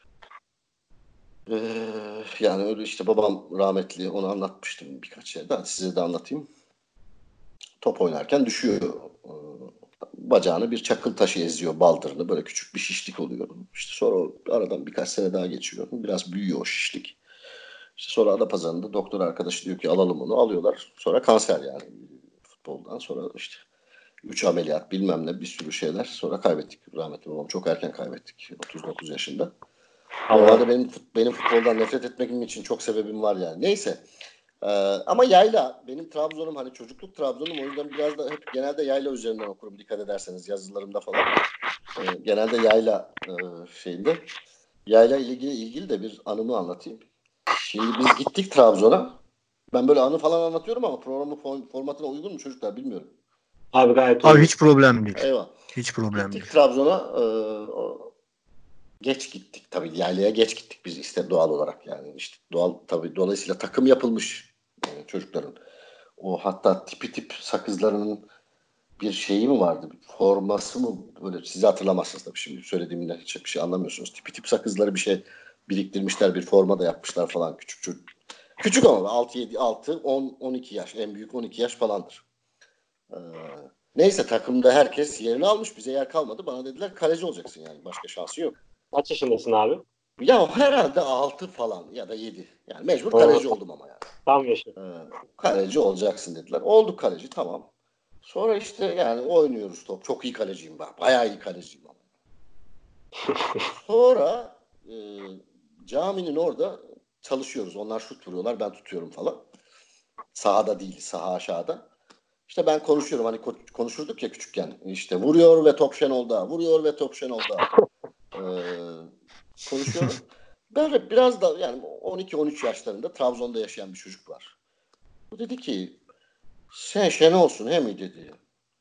S2: Ee, yani öyle işte babam rahmetli, onu anlatmıştım birkaç yerde. Hadi size de anlatayım. Top oynarken düşüyor. Ee, bacağını bir çakıl taşı eziyor, baldırını. Böyle küçük bir şişlik oluyor. İşte sonra aradan birkaç sene daha geçiyor. Biraz büyüyor o şişlik. İşte sonra Adapazarı'nda doktor arkadaşı diyor ki alalım onu. Alıyorlar. Sonra kanser yani. Futboldan sonra işte üç ameliyat bilmem ne bir sürü şeyler. Sonra kaybettik rahmetli babam. Çok erken kaybettik. otuz dokuz yaşında. Normalde benim benim futboldan nefret etmem için çok sebebim var yani. Neyse. Ee, ama yayla benim Trabzon'um, hani çocukluk Trabzon'um, o yüzden biraz da hep genelde yayla üzerinden okurum, dikkat ederseniz yazılarımda falan. Ee, genelde yayla e, şeyinde. Yayla ile ilgili, ilgili de bir anımı anlatayım. Şimdi biz gittik Trabzon'a. Ben böyle anı falan anlatıyorum ama programın form- formatına uygun mu çocuklar bilmiyorum.
S3: Abi gayet
S1: Abi
S3: uygun.
S1: hiç problem değil.
S2: Eyvah.
S1: Hiç problem
S2: Gittik
S1: değil.
S2: Trabzon'a. E, o, geç gittik tabii, yaylaya geç gittik biz işte doğal olarak yani. İşte doğal tabii, dolayısıyla takım yapılmış e, çocukların. O hatta tipi tip sakızlarının bir şeyi mi vardı? Bir forması mı? Böyle sizi hatırlamazsınız tabii, şimdi söylediğimden hiç bir şey anlamıyorsunuz. Tipi tip sakızları bir şey biriktirmişler, bir forma da yapmışlar falan, küçük çocuk. Küçük ama altı yedi altı on on iki yaş, en büyük on iki yaş falandır. Ee, neyse takımda herkes yerini almış, bize yer kalmadı. Bana dediler kaleci olacaksın yani, başka şansı yok.
S3: Kaç yaşındasın abi?
S2: Ya herhalde altı falan ya da yedi. Yani mecbur
S3: Oo,
S2: kaleci oldum ama yani.
S3: tam yaşı.
S2: Ee, kaleci olacaksın dediler. Olduk kaleci, tamam. Sonra işte yani oynuyoruz top. Çok iyi kaleciyim ben. Bayağı iyi kaleciyim ama. Sonra e, caminin orada çalışıyoruz. Onlar şut vuruyorlar, ben tutuyorum falan. Sahada değil, saha aşağıda. İşte ben konuşuyorum, hani ko- konuşurduk ya küçükken. İşte vuruyor ve top Şenol'da, vuruyor ve top Şenol'da. Ee, konuşuyorum. Böyle biraz da yani on iki on üç yaşlarında Trabzon'da yaşayan bir çocuk var. Bu dedi ki sen Şenol'sun he mi dedi.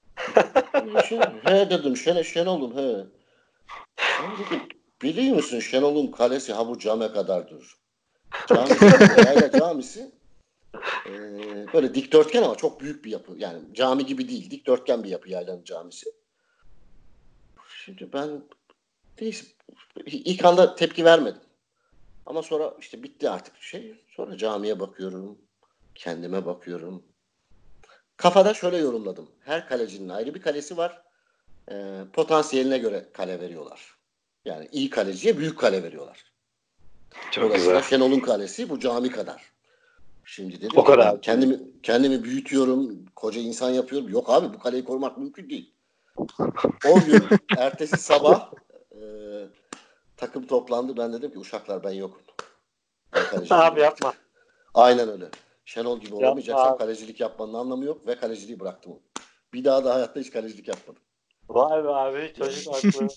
S2: He dedim, Şen Şenol'um he. Sen dedi biliyor musun Şenol'un kalesi ha bu came kadardır. Cami dediğim de yayla camisi. Ee, böyle dikdörtgen ama çok büyük bir yapı. Yani cami gibi değil, dikdörtgen bir yapı yaylanın camisi. Şimdi ben neyse, ilk anda tepki vermedim. Ama sonra işte bitti artık şey. Sonra camiye bakıyorum. Kendime bakıyorum. Kafada şöyle yorumladım. Her kalecinin ayrı bir kalesi var. E, potansiyeline göre kale veriyorlar. Yani iyi kaleciye büyük kale veriyorlar.
S3: Çok
S2: Dolayısıyla
S3: güzel.
S2: Şenol'un kalesi bu cami kadar. Şimdi dedim
S3: O
S2: ki
S3: kadar.
S2: ben kendimi kendimi büyütüyorum. Koca insan yapıyorum. Yok abi, bu kaleyi korumak mümkün değil. O gün ertesi sabah e, takım toplandı. Ben dedim ki uşaklar ben yokum. Ben kaleciliği
S3: Abi
S2: bıraktım.
S3: yapma.
S2: Aynen öyle. Şenol gibi
S3: Yapma
S2: olamayacaksam
S3: abi.
S2: kalecilik yapmanın anlamı yok ve kaleciliği bıraktım. Bir daha da hayatta hiç kalecilik yapmadım.
S3: Vay be abi. Çocuk aklı.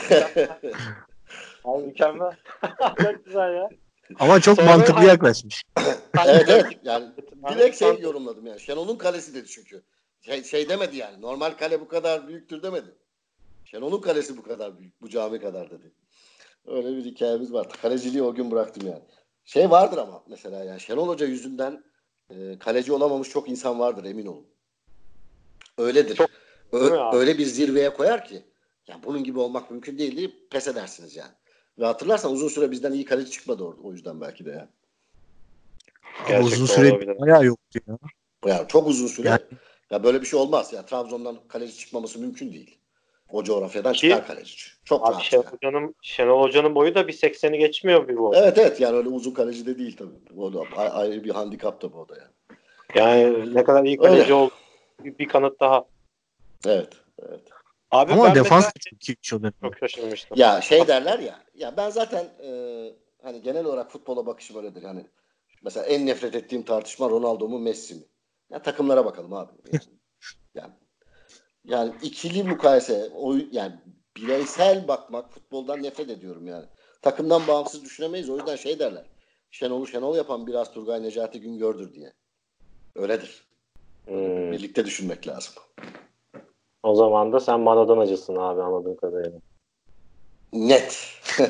S3: Abi mükemmel. Çok güzel ya.
S1: Ama çok
S3: Sonra
S1: mantıklı
S3: hani,
S1: yaklaşmış.
S2: evet evet, yani
S3: hani
S2: direkt şey
S3: sen-
S2: yorumladım yani. Şenol'un kalesi dedi çünkü. şey, şey demedi yani. Normal kale bu kadar büyüktür demedi. Şenol'un kalesi bu kadar büyük. Bu cami kadar dedi. Öyle bir hikayemiz var. Kaleciliği o gün bıraktım yani. Şey vardır ama mesela yani Şenol Hoca yüzünden e, kaleci olamamış çok insan vardır emin olun. Öyledir.
S3: Çok,
S2: Ö- öyle bir zirveye koyar ki yani bunun gibi olmak mümkün değil diye pes edersiniz yani. Ve hatırlarsan uzun süre bizden iyi kaleci çıkmadı orada. O yüzden belki de yani.
S1: Abi uzun süre bayağı yoktu ya.
S2: Yani çok uzun süre
S1: yani,
S2: ya böyle bir şey olmaz ya. Trabzon'dan kaleci çıkmaması mümkün değil. O coğrafyadan
S3: ki,
S2: çıkar kaleci. Çok
S3: abi
S2: rahat
S3: Şenol
S2: çıkar.
S3: Hoca'nın, Şenol Hoca'nın boyu da bir sekseni geçmiyor bir boy.
S2: Evet evet yani öyle uzun kaleci de değil tabii. O da ayrı bir handikap da bu o da yani.
S3: Yani ne kadar iyi kaleci oldu. Bir, bir kanıt daha.
S2: Evet. Evet.
S1: Abi ama ben defans mesela, çok iyi şu
S3: çok şaşırmıştım.
S2: Ya şey derler ya. Ya ben zaten e, hani genel olarak futbola bakışım öyledir. Yani mesela en nefret ettiğim tartışma Ronaldo mu Messi mi? Ya takımlara bakalım abi. Yani yani, yani ikili mukayese o yani bireysel bakmak futboldan nefret ediyorum yani. Takımdan bağımsız düşünemeyiz. O yüzden şey derler. Şenol'u Şenol yapan biraz Turgay Necati Güngör'dür diye. Öyledir. Öyle
S3: Hmm.
S2: birlikte düşünmek lazım.
S3: O zaman da sen Maradona'cısın abi anladığım kadarıyla.
S2: Net.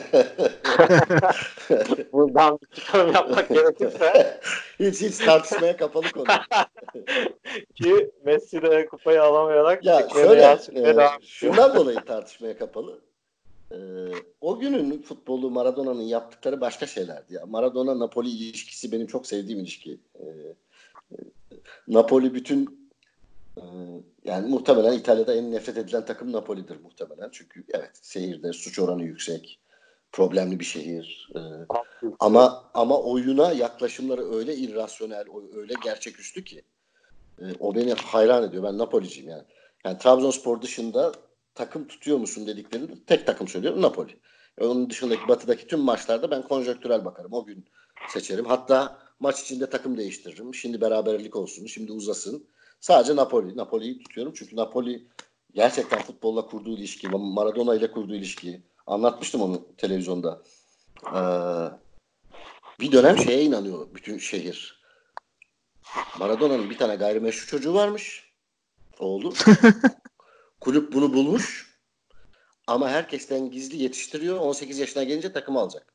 S3: Buradan bir çıkarım yapmak gerekirse.
S2: hiç hiç tartışmaya kapalı konu.
S3: Ki Messi de kupayı alamayarak
S2: ya şöyle e,
S3: devam
S2: şundan dolayı tartışmaya kapalı. E, o günün futbolu Maradona'nın yaptıkları başka şeylerdi. Ya. Maradona-Napoli ilişkisi benim çok sevdiğim ilişki. E, e, Napoli bütün e, yani muhtemelen İtalya'da en nefret edilen takım Napoli'dir muhtemelen. Çünkü evet şehirde suç oranı yüksek. Problemli bir şehir. E, ama ama oyuna yaklaşımları öyle irrasyonel, öyle gerçeküstü ki e, o beni hayran ediyor. Ben Napoliciyim yani. Yani Trabzonspor dışında takım tutuyor musun dediklerinde tek takım söylüyorum Napoli. E, onun dışındaki batıdaki tüm maçlarda ben konjonktürel bakarım. O gün seçerim. Hatta maç içinde takım değiştiririm. Şimdi beraberlik olsun, şimdi uzasın. Sadece Napoli. Napoli'yi tutuyorum. Çünkü Napoli gerçekten futbolla kurduğu ilişki, Maradona ile kurduğu ilişki. Anlatmıştım onu televizyonda. Ee, bir dönem şeye inanıyor bütün şehir. Maradona'nın bir tane gayrimeşru çocuğu varmış. Oğlu. Kulüp bunu bulmuş. Ama herkesten gizli yetiştiriyor. on sekiz yaşına gelince takım alacak.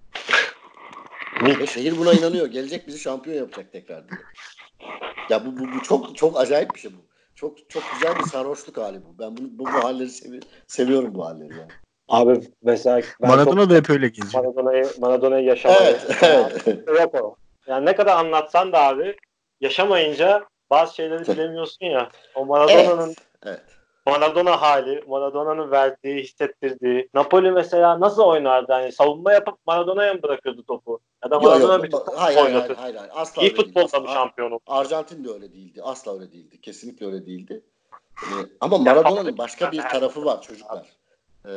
S2: Ve şehir buna inanıyor. Gelecek bizi şampiyon yapacak tekrar diye. Ya bu, bu, bu çok çok acayip bir şey bu. Çok çok güzel bir sarhoşluk hali bu. Ben bunu, bu, bu halleri sevi seviyorum bu halleri yani.
S3: Abi mesela
S1: Maradona çok... da hep öyle geziyor.
S3: Maradona'yı Maradona'yı yaşamayı.
S2: Evet, evet.
S3: Yok o. Yani ne kadar anlatsan da abi yaşamayınca bazı şeyleri bilemiyorsun ya. O Maradona'nın
S2: evet, evet.
S3: Maradona hali, Maradona'nın verdiği, hissettirdiği. Napoli mesela nasıl oynardı? Yani savunma yapıp Maradona'ya mı bırakıyordu topu? Ya da Maradona
S2: yo, yo,
S3: bütün
S2: hayır, hayır, hayır, hayır, hayır. Asla
S3: İyi
S2: öyle değil.
S3: futbolda bu
S2: Asla.
S3: şampiyonu.
S2: Arjantin de öyle değildi. Asla öyle değildi. Kesinlikle öyle değildi. Ee, ama Maradona'nın başka bir tarafı var çocuklar. Ee,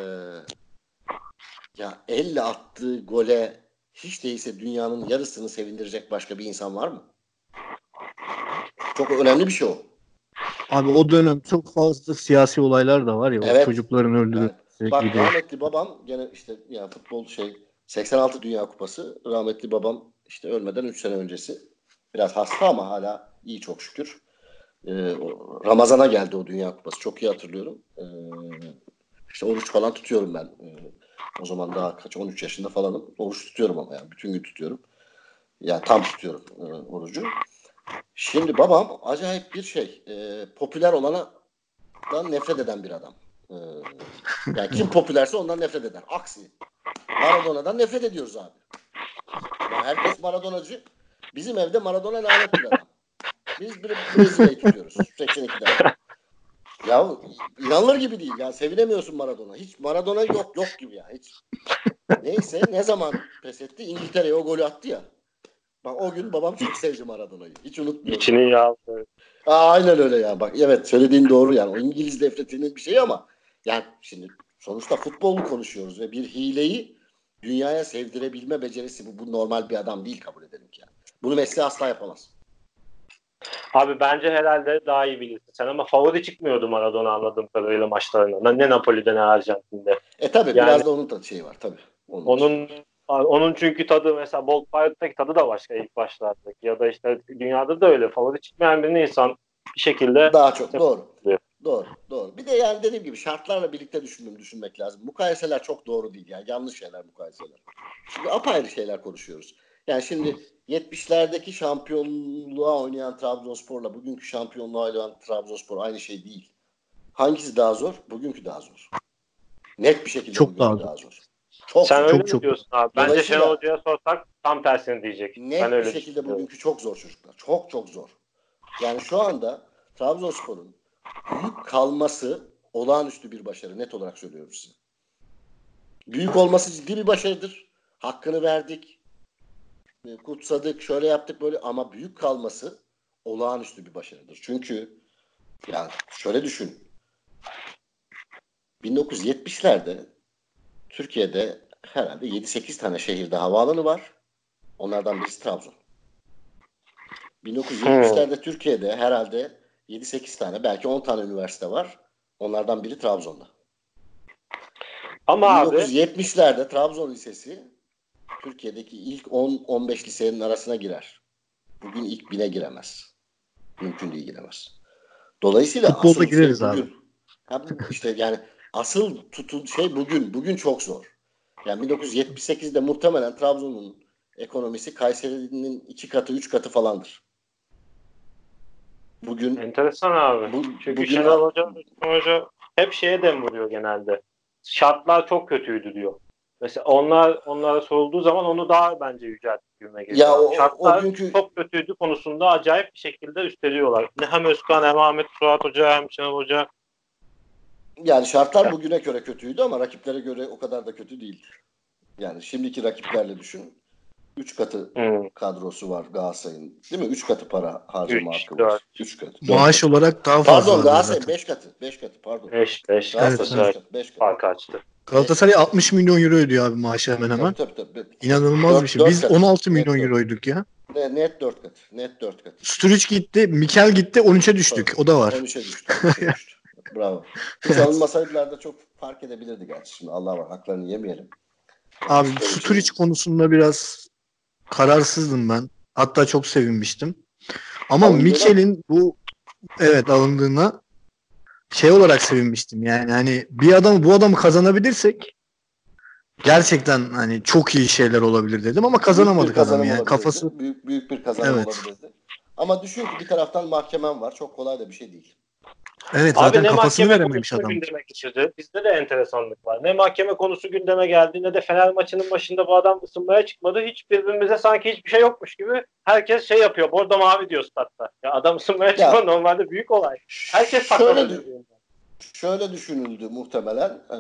S2: ya elle attığı gole hiç değilse dünyanın yarısını sevindirecek başka bir insan var mı? Çok önemli bir şey o.
S1: Abi o dönem çok fazla siyasi olaylar da var ya.
S2: Evet.
S1: O çocukların öldürülmesi.
S2: Yani, bak rahmetli babam gene işte yani futbol şey seksen altı Dünya Kupası. Rahmetli babam işte ölmeden üç sene öncesi. Biraz hasta ama hala iyi çok şükür. Ee, Ramazan'a geldi o Dünya Kupası. Çok iyi hatırlıyorum. Ee, işte oruç falan tutuyorum ben. Ee, o zaman daha kaç on üç yaşında falanım. Oruç tutuyorum ama yani bütün gün tutuyorum. Yani tam tutuyorum e, orucu. Şimdi babam acayip bir şey. E, popüler olana nefret eden bir adam. E, yani kim popülerse ondan nefret eder. Aksi. Maradona'dan nefret ediyoruz abi. Yani herkes Maradonacı. Bizim evde Maradona lanet bir adam. Biz Brezilya'yı tutuyoruz. seksen ikiden. Ya inanılır gibi değil. Ya sevinemiyorsun Maradona. Hiç Maradona yok yok gibi ya. Hiç. Neyse ne zaman pes etti? İngiltere'ye o golü attı ya. Bak o gün babam çok sevdi Maradona'yı. Hiç unutmuyorum.
S3: İçini yağdı.
S2: Aa, aynen öyle ya. Bak evet söylediğin doğru yani. O İngiliz nefretinin bir şeyi ama yani şimdi sonuçta futbolu konuşuyoruz ve bir hileyi dünyaya sevdirebilme becerisi bu. Bu normal bir adam değil kabul edelim ki yani. Bunu Messi asla yapamaz.
S3: Abi bence herhalde daha iyi bilirsin sen ama favori çıkmıyordu Maradona anladığım kadarıyla maçlarına. Ne Napoli'de ne Arjantin'de.
S2: E tabi yani, biraz da onun da şeyi var tabi.
S3: Onun onun, onun çünkü tadı mesela Bolt Fight'taki tadı da başka ilk başlardaki ya da işte dünyada da öyle favori çıkmayan bir insan bir şekilde
S2: Daha çok doğru.
S3: Evet.
S2: Doğru. Doğru. Bir de yani dediğim gibi şartlarla birlikte düşündüm düşünmek lazım. Mukayeseler çok doğru değil yani. Yanlış şeyler mukayeseler. Şimdi apayrı şeyler konuşuyoruz. Yani şimdi yetmişlerdeki şampiyonluğa oynayan Trabzonspor'la bugünkü şampiyonluğa oynayan Trabzonspor aynı şey değil. Hangisi daha zor? Bugünkü daha zor. Net bir şekilde
S1: Çok
S2: bugünkü
S1: daha
S2: daha,
S1: zor.
S2: zor. Çok
S3: Sen
S2: zor.
S3: öyle
S1: Çok
S3: mi
S1: çok.
S3: diyorsun abi? Bence
S2: Dolayısıyla-
S3: Şenol Hoca'ya sorsak tam tersini diyecek.
S2: Net
S3: ben
S2: bir
S3: öyle
S2: şekilde
S3: düşünüyorum.
S2: bugünkü çok zor çocuklar. Çok çok zor. Yani şu anda Trabzonspor'un büyük kalması olağanüstü bir başarı. Net olarak söylüyorum size. Büyük olması ciddi bir başarıdır. Hakkını verdik. Kutsadık. Şöyle yaptık böyle ama büyük kalması olağanüstü bir başarıdır. Çünkü yani şöyle düşün. bin dokuz yüz yetmişlerde Türkiye'de herhalde yedi sekiz tane şehirde havaalanı var. Onlardan birisi Trabzon. bin dokuz yüz yetmişlerde Türkiye'de herhalde yedi sekiz tane belki on tane üniversite var. Onlardan biri Trabzon'da.
S3: Ama
S2: bin
S3: abi
S2: dokuz yüz yetmişlerde Trabzon Lisesi Türkiye'deki ilk on on beş lisenin arasına girer. Bugün ilk bine giremez. Mümkün değil giremez. Dolayısıyla
S1: Futbolda
S2: asıl
S1: gireriz
S2: şey
S1: abi.
S2: bugün. Ha, işte yani asıl tutun şey bugün. Bugün çok zor. Yani bin dokuz yüz yetmiş sekizde muhtemelen Trabzon'un ekonomisi Kayseri'nin iki katı, üç katı falandır. Bugün
S3: enteresan abi.
S2: bu,
S3: Çünkü
S2: bugün
S3: Şenol Hoca, Şenol Hoca hep şeye dem vuruyor genelde. Şartlar çok kötüydü diyor. Mesela onlar onlara sorulduğu zaman onu daha bence yüceltti gibime geliyor.
S2: ya
S3: abi.
S2: o,
S3: Şartlar
S2: o günkü
S3: çok kötüydü konusunda acayip bir şekilde üstleniyorlar. Ne hem Özkan hem Ahmet Suat Hoca hem Şenol Hoca.
S2: yani şartlar bugüne göre kötüydü ama rakiplere göre o kadar da kötü değildi. Yani şimdiki rakiplerle düşün. Üç katı
S3: Hmm.
S2: kadrosu var Galatasaray'ın. Değil mi? Üç katı para harcama
S3: Üç,
S2: hakkı
S3: dört.
S2: var. Üç katı. dört
S1: Maaş
S2: katı.
S1: olarak daha fazla
S2: Pardon
S1: alıyor
S2: Galatasaray
S1: zaten.
S2: beş katı. Beş katı pardon.
S3: Beş, beş.
S2: Galatasaray
S3: Galatasaray
S2: beş katı. Beş katı.
S3: fark açtı.
S1: Galatasaray altmış milyon euro ödüyor abi maaşı hemen hemen.
S2: Tabii tabii tabii.
S1: İnanılmaz bir
S2: Dört-
S1: şey.
S2: dört
S1: Biz
S2: katı.
S1: on altı
S2: Net
S1: milyon
S2: dört.
S1: euroyduk ya.
S2: Ne- Net dört katı. Net dört katı.
S1: Sturridge gitti, Mikel gitti, on üçe düştük. O da var.
S2: on üçe düştü. on üçe düştü. Bravo. Hiç alınmasaydılar da çok fark edebilirdi gerçi. Şimdi Allah var haklarını yemeyelim.
S1: Abi
S2: Sturridge'in-
S1: Sturridge konusunda biraz kararsızdım ben. Hatta çok sevinmiştim. Ama
S2: Alındığına-
S1: Mikel'in bu evet alındığına şey olarak sevinmiştim. Yani hani bir adamı bu adamı kazanabilirsek gerçekten hani çok iyi şeyler olabilir dedim ama
S2: büyük bir
S1: kazanamadık adamı
S2: kazanım
S1: yani.
S2: olabilirdi.
S1: Kafası
S2: Büyük büyük bir kazanım
S1: evet.
S2: olabilirdi. Ama düşün ki bir taraftan mahkemen var. Çok kolay da bir şey değil.
S1: Evet
S3: Abi
S1: zaten
S3: ne
S1: kafasını
S3: mahkeme
S1: verememiş
S3: konusunu
S1: adam.
S3: gündeme getirdi. Bizde de enteresanlık var. Ne mahkeme konusu gündeme geldi ne de Fener maçının başında bu adam ısınmaya çıkmadı. Hiç birbirimize sanki hiçbir şey yokmuş gibi herkes şey yapıyor. Bordo mavi diyor statta. Ya adam ısınmaya çıkmadı normalde büyük olay. Herkes
S2: şöyle,
S3: saklanıyor.
S2: dü- şöyle düşünüldü muhtemelen. Ee,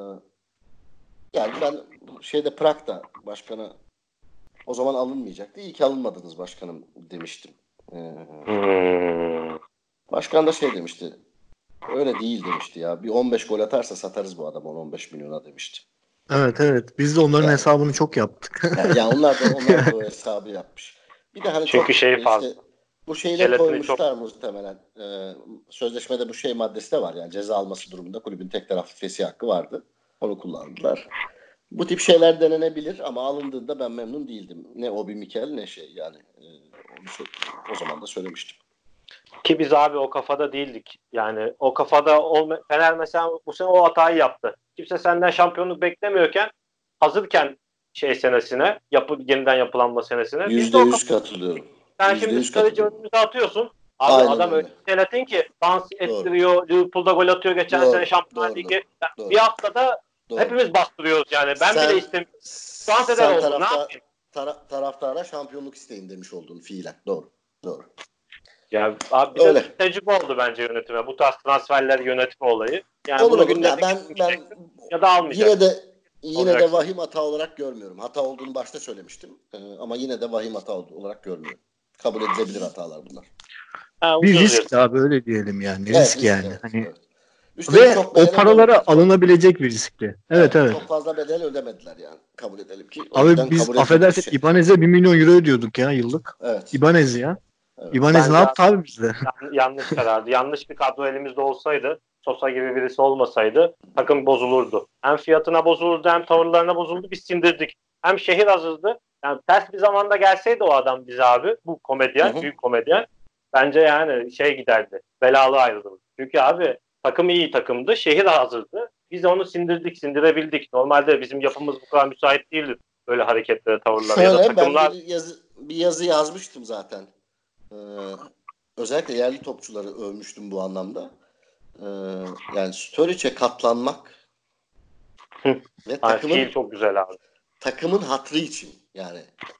S2: yani ben şeyde Prag'da başkana o zaman alınmayacaktı. İyi ki alınmadınız başkanım demiştim. Ee,
S3: Hmm.
S2: başkan da şey demişti. Öyle değil demişti ya. Bir on beş gol atarsa satarız bu adamı on on beş milyona demişti.
S1: Evet evet. Biz de onların
S2: Yani-
S1: hesabını çok yaptık.
S2: Yani, yani onlar da onlar da o hesabı yapmış. Bir de hani
S3: Çünkü
S2: çok
S3: şey
S2: işte,
S3: fazla.
S2: bu şeyleri
S3: Jelatini
S2: koymuşlar muhtemelen. Ee, sözleşmede bu şey maddesi de var. Yani ceza alması durumunda kulübün tek taraflı fesih hakkı vardı. Onu kullandılar. Bu tip şeyler denenebilir ama alındığında ben memnun değildim. Ne Obi Mikel ne şey yani. Ee, onu sö- o zaman da söylemiştim.
S3: Ki biz abi o kafada değildik. Yani o kafada olma, Fener mesela bu sene o hatayı yaptı. Kimse senden şampiyonluk beklemiyorken hazırken şey senesine yapı, yeniden yapılanma senesine. Biz de
S2: Yüzde
S3: o
S2: yüz
S3: kafada.
S2: katılıyorum.
S3: Sen
S2: Yüzde
S3: şimdi
S2: yüz
S3: Sturridge'i
S2: katılıyorum.
S3: önümüze atıyorsun. Abi
S2: Aynen
S3: adam
S2: öyle.
S3: öyle bir jelatin ki dans
S2: Doğru.
S3: ettiriyor. Liverpool'da gol atıyor geçen
S2: Doğru,
S3: sene Şampiyonlar
S2: doğru,
S3: Ligi. Yani
S2: doğru.
S3: bir haftada
S2: Doğru.
S3: hepimiz bastırıyoruz yani. Ben
S2: Sen-
S3: bile istemiyorum. Dans eder
S2: Sen
S3: oldum. Ne
S2: tarafta,
S3: yapayım?
S2: tara- taraftara şampiyonluk isteyin demiş oldun fiilen. Doğru. Doğru.
S3: Ya abi bir de
S2: Öyle.
S3: tecrübe oldu bence yönetime. Bu tarz transferler yönetme olayı. Yani
S2: Olur
S3: bunu
S2: olur.
S3: gündeme
S2: Ya ben ben
S3: getireceksin ya da almayacak.
S2: yine de yine
S3: Olacaksın.
S2: de vahim hata olarak görmüyorum. Hata olduğunu başta söylemiştim. Ee, ama yine de vahim hata olarak görmüyorum. Kabul edilebilir hatalar bunlar.
S3: Ha,
S1: Bir
S3: ucuz
S1: risk
S3: yırtın.
S1: abi öyle diyelim yani.
S2: Evet,
S1: Risk yani.
S2: evet,
S1: Hani
S2: evet. Üstelik
S1: ve
S2: çok
S1: o
S2: beğenemediler.
S1: paralara
S2: Çok-
S1: alınabilecek bir riskti. Evet evet.
S2: Çok fazla bedel ödemediler yani. Kabul edelim ki. O
S1: Abi
S2: yüzden
S1: biz
S2: kabul edilebilir
S1: affedersin
S2: şey.
S1: İbanez'e bir milyon euro ödüyorduk ya yıllık.
S2: Evet.
S1: İbanez ya.
S2: Evet.
S1: İbanez ne
S3: Bence
S1: yaptı abi bizde?
S3: yan- yanlış karardı. Yanlış bir kadro elimizde olsaydı, Sosa gibi birisi olmasaydı takım bozulurdu. Hem fiyatına bozulurdu hem tavırlarına bozuldu. Biz sindirdik. Hem şehir azızdı. Yani ters bir zamanda gelseydi o adam bize abi, bu komedyen,
S2: Hı hı.
S3: büyük komedyen. bence yani şey giderdi. Belalı ayrılırdı. Çünkü abi takım iyi takımdı. Şehir hazırdı. Biz onu sindirdik, sindirebildik. Normalde bizim yapımız bu kadar müsait değildi böyle hareketlere, tavırlara ya da
S2: Şöyle ben
S3: takımlar.
S2: bir yazı, bir yazı yazmıştım zaten. Ee, özellikle yerli topçuları övmüştüm bu anlamda. Ee, yani Sturridge'e katlanmak ve
S3: Yani
S2: takımın
S3: fiil çok güzel abi.
S2: takımın hatrı için yani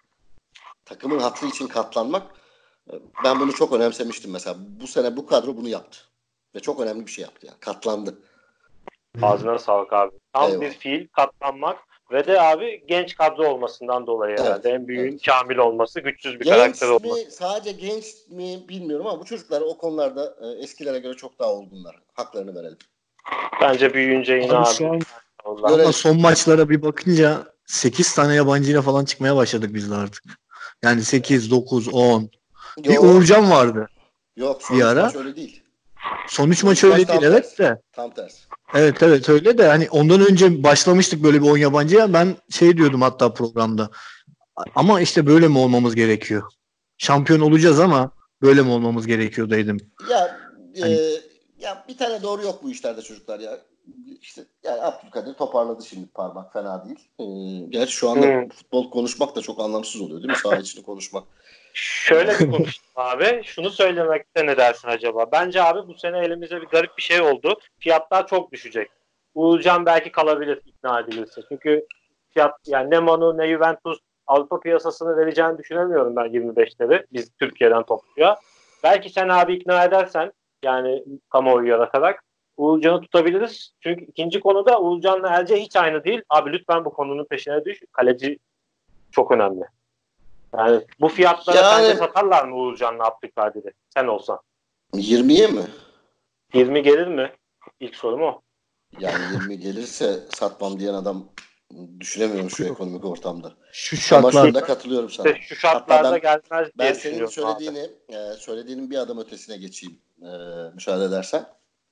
S2: takımın hatrı için katlanmak, ben bunu çok önemsemiştim mesela. Bu sene bu kadro bunu yaptı. Ve çok önemli bir şey yaptı yani. Katlandı.
S3: Ağzına sağlık abi. Tam
S2: Eyvallah.
S3: bir fiil, katlanmak ve de abi genç kadro olmasından dolayı
S2: Evet,
S3: herhalde. En büyüğün
S2: evet.
S3: Kamil olması, güçsüz bir
S2: Genç
S3: karakter
S2: mi,
S3: olması.
S2: sadece genç mi bilmiyorum ama bu çocuklar o konularda e, eskilere göre çok daha olgunlar. Haklarını verelim.
S3: Bence büyüyünce yine
S1: Abi
S3: abi.
S1: şu an
S3: Allah.
S2: Görelim.
S1: ama son maçlara bir bakınca sekiz tane yabancıyla falan çıkmaya başladık biz de artık. Yani sekiz, dokuz, on. Bir
S2: Yok.
S1: Uğurcan vardı
S2: Yok.
S1: bir
S2: Son üç
S1: ara.
S2: maç öyle değil.
S1: Son üç
S2: Son
S1: maç
S2: üç maç
S1: öyle değil
S2: tam
S1: evet
S2: tersi.
S1: de.
S2: Tam tersi.
S1: Evet evet öyle de hani ondan önce başlamıştık böyle bir on yabancıya. Ben şey diyordum hatta programda. Ama işte böyle mi olmamız gerekiyor? Şampiyon olacağız ama böyle mi olmamız gerekiyor dedim.
S2: Ya e,
S1: Hani
S2: ya bir tane doğru yok bu işlerde çocuklar ya. İşte yani Abdülkadir toparladı şimdi, parmak fena değil. E, gerçi şu anda
S3: Hmm.
S2: futbol konuşmak da çok anlamsız oluyor değil mi? Saha içini konuşmak.
S3: Şöyle bir konuştum abi. Şunu söylemekte ne dersin acaba? Bence abi bu sene elimize bir garip bir şey oldu. Fiyatlar çok düşecek. Uğurcan belki kalabilir ikna edilirse. Çünkü fiyat yani ne Manu ne Juventus Avrupa piyasasını vereceğini düşünemiyorum ben yirmi beşleri. Biz Türkiye'den topluyor. Belki sen abi ikna edersen yani kamuoyu yaratarak Uğurcan'ı tutabiliriz. Çünkü ikinci konuda Uğurcan'la Elce hiç aynı değil. Abi lütfen bu konunun peşine düş. Kaleci çok önemli. Yani bu fiyatlara sence
S2: Yani
S3: satarlar mı Uğurcan'la Abdülkadir'i? Sen olsan.
S2: yirmiye mi?
S3: yirmi gelir mi? İlk sorum o.
S2: Yani yirmi gelirse satmam diyen adam düşünemiyorum şu ekonomik ortamda.
S1: şu
S2: Ama
S1: şartlar
S2: şunda katılıyorum sana.
S3: İşte şu
S2: Hatta
S3: şartlarda
S2: ben
S3: gelmez
S2: ben
S3: diye
S2: senin
S3: düşünüyorum abi.
S2: söylediğini e, söylediğinin bir adım ötesine geçeyim, e, müsaade edersen.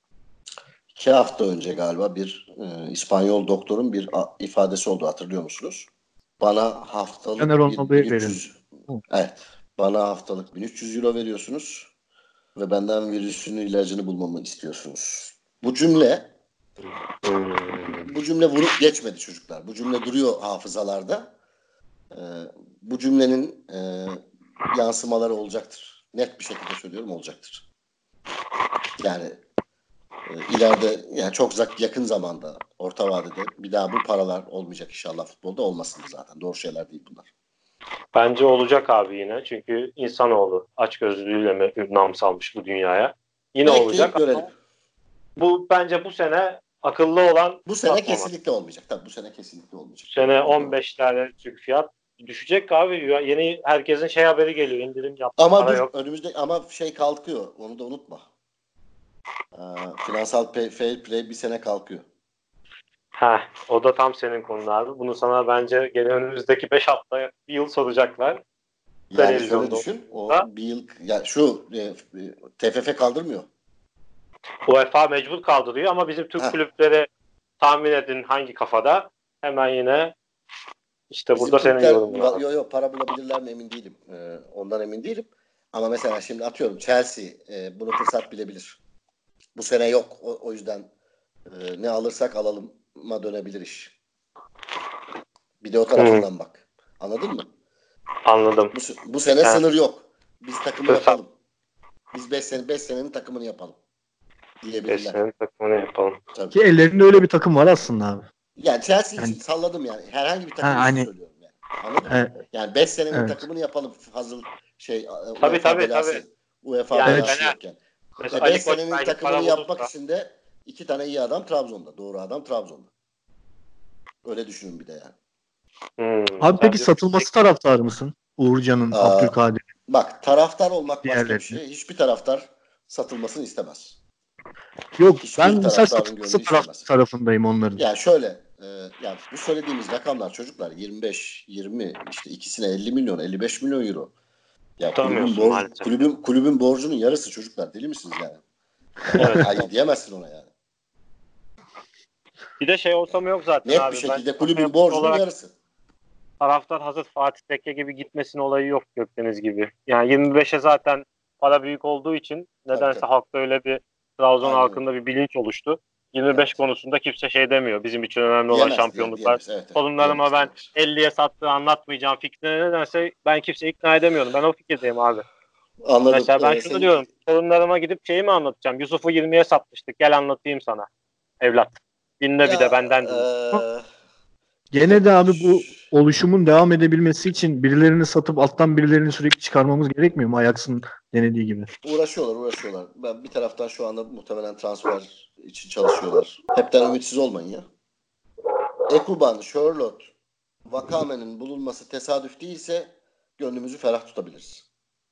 S2: İki hafta önce galiba bir e, İspanyol doktorun bir a, ifadesi oldu, hatırlıyor musunuz? Bana
S1: Fener
S2: haftalık bir
S1: Ronaldo'ya verin.
S2: bin üç yüz, evet, bana haftalık bin üç yüz euro veriyorsunuz ve benden virüsünün ilacını bulmamı istiyorsunuz. Bu cümle bu cümle vurup geçmedi çocuklar. Bu cümle duruyor hafızalarda. Ee, bu cümlenin e, yansımaları olacaktır. Net bir şekilde söylüyorum, olacaktır. Yani e, ileride, yani çok zak- yakın zamanda, orta vadede bir daha bu paralar olmayacak inşallah, futbolda olmasın zaten. Doğru şeyler değil bunlar.
S3: Bence olacak abi yine. Çünkü insanoğlu açgözlülüğüyle mi nam salmış bu dünyaya. Yine
S2: Bekleyip
S3: olacak
S2: görelim.
S3: ama bu bence bu sene akıllı olan
S2: Bu sene
S3: satmamak.
S2: kesinlikle olmayacak. Tabii bu sene kesinlikle olmayacak.
S3: Bu sene
S2: O
S3: on
S2: doğru.
S3: beş tane Türk fiyat düşecek abi. Yeni herkesin şey haberi geliyor. İndirim yaptı.
S2: Ama
S3: Para
S2: dur,
S3: yok.
S2: önümüzde ama şey kalkıyor. Onu da unutma. Ee, finansal pay, fair play bir sene kalkıyor.
S3: Heh, o da tam senin konun abi. Bunu sana bence gene önümüzdeki beş hafta bir yıl soracaklar.
S2: Yani şöyle
S3: Televizyonda
S2: düşün. O
S3: olduğunda.
S2: bir yıl, ya şu e, T F F kaldırmıyor.
S3: UEFA mecbur kaldırıyor ama bizim Türk
S2: Heh.
S3: kulüpleri tahmin edin hangi kafada. Hemen yine işte
S2: Bizim
S3: burada senin
S2: Türkler
S3: yorumun abi.
S2: yo yo para bulabilirler mi emin değilim. Ee, ondan emin değilim. Ama mesela şimdi atıyorum Chelsea e, bunu fırsat bilebilir. Bu sene yok. O, o yüzden e, ne alırsak alalıma dönebilir iş. Bir de o tarafından bak. Anladın mı?
S3: Anladım.
S2: Bu, bu sene
S3: Yani,
S2: sınır yok. Biz takımı
S3: fırsat.
S2: yapalım. Biz beş sene beş senenin takımını yapalım diyebilirler.
S3: Senin takımını yapalım.
S2: Tabii.
S1: Ki ellerinde öyle bir takım var aslında abi.
S2: Yani Chelsea
S1: Yani,
S2: için salladım yani. Herhangi bir takım
S1: ha,
S2: için
S1: hani,
S2: söylüyorum yani. Anladın mı?
S1: evet,
S2: Yani beş senenin
S1: evet.
S2: takımını yapalım hazır şey
S3: Tabii
S2: UEFA
S3: tabii
S2: belası
S3: tabii.
S2: UEFA
S3: Yani
S1: Evet.
S2: belası
S3: Fener.
S2: yokken.
S3: Mesela
S2: E beş
S3: Ali Koç
S2: senenin
S3: belki
S2: takımını
S3: para
S2: yapmak
S3: bulursa.
S2: için de iki tane iyi adam Trabzon'da. Doğru adam Trabzon'da. Öyle düşünün bir de yani.
S3: Hmm,
S1: Abi peki
S3: sence
S1: satılması taraftarı mısın? Uğurcan'ın,
S2: Aa,
S1: Abdülkadir,
S2: bak, taraftar olmak başka bir
S1: diğerlerinin.
S2: şey. Hiçbir taraftar satılmasını istemez.
S1: Yok ben
S2: Hiçbir
S1: mesela
S2: taraftarın
S1: satılması
S2: gönlü
S1: taraf,
S2: istemez.
S1: tarafındayım onların.
S2: Yani şöyle, e, yani bu söylediğimiz rakamlar çocuklar yirmi beş, yirmi, işte ikisine elli milyon, elli beş milyon euro. Ya kulübün
S3: tutamıyorsun
S2: borcu,
S3: maalesef.
S2: kulübün kulübün borcunun yarısı çocuklar. Deli misiniz yani?
S3: Evet.
S2: Ay diyemezsin ona yani.
S3: Bir de şey ortamı yok zaten
S2: Net
S3: abi.
S2: bir
S3: Ben
S2: şekilde
S3: kafa
S2: kulübün
S3: yapısı
S2: borcunun
S3: olarak
S2: yarısı.
S3: taraftar hazır Fatih Tekke gibi gitmesinin olayı yok Gökdeniz gibi. Yani yirmi beşe zaten para büyük olduğu için nedense
S2: tabii.
S3: halkta öyle bir Trabzon
S2: Aynen
S3: halkında bir bilinç oluştu. yirmi beş
S2: Evet.
S3: konusunda kimse şey demiyor. Bizim için önemli olan
S2: Diyemez, diye-
S3: şampiyonluklar.
S2: diyemez. Evet, evet.
S3: Torunlarıma
S2: Diyemez,
S3: ben
S2: diyemez.
S3: elliye sattığı anlatmayacağım fikrine nedense ben kimseyi ikna edemiyorum. Ben o fikirdeyim abi.
S2: Anladım.
S3: Mesela ben
S2: Ee,
S3: şunu
S2: senin
S3: diyorum. Torunlarıma gidip şeyi mi anlatacağım? Yusuf'u yirmiye satmıştık. Gel anlatayım sana. Evlat. Dinle bir
S2: ya
S3: de benden dinle.
S2: ee,
S1: Gene de abi bu
S2: şş,
S1: oluşumun devam edebilmesi için birilerini satıp alttan birilerini sürekli çıkarmamız gerekmiyor mu? Ajax'ın denediği gibi.
S2: uğraşıyorlar, uğraşıyorlar. Ben bir taraftan şu anda muhtemelen transfer için çalışıyorlar. Hepten ümitsiz olmayın ya. Ekuban, Charlotte, Wakame'nin bulunması tesadüf değilse gönlümüzü ferah tutabiliriz.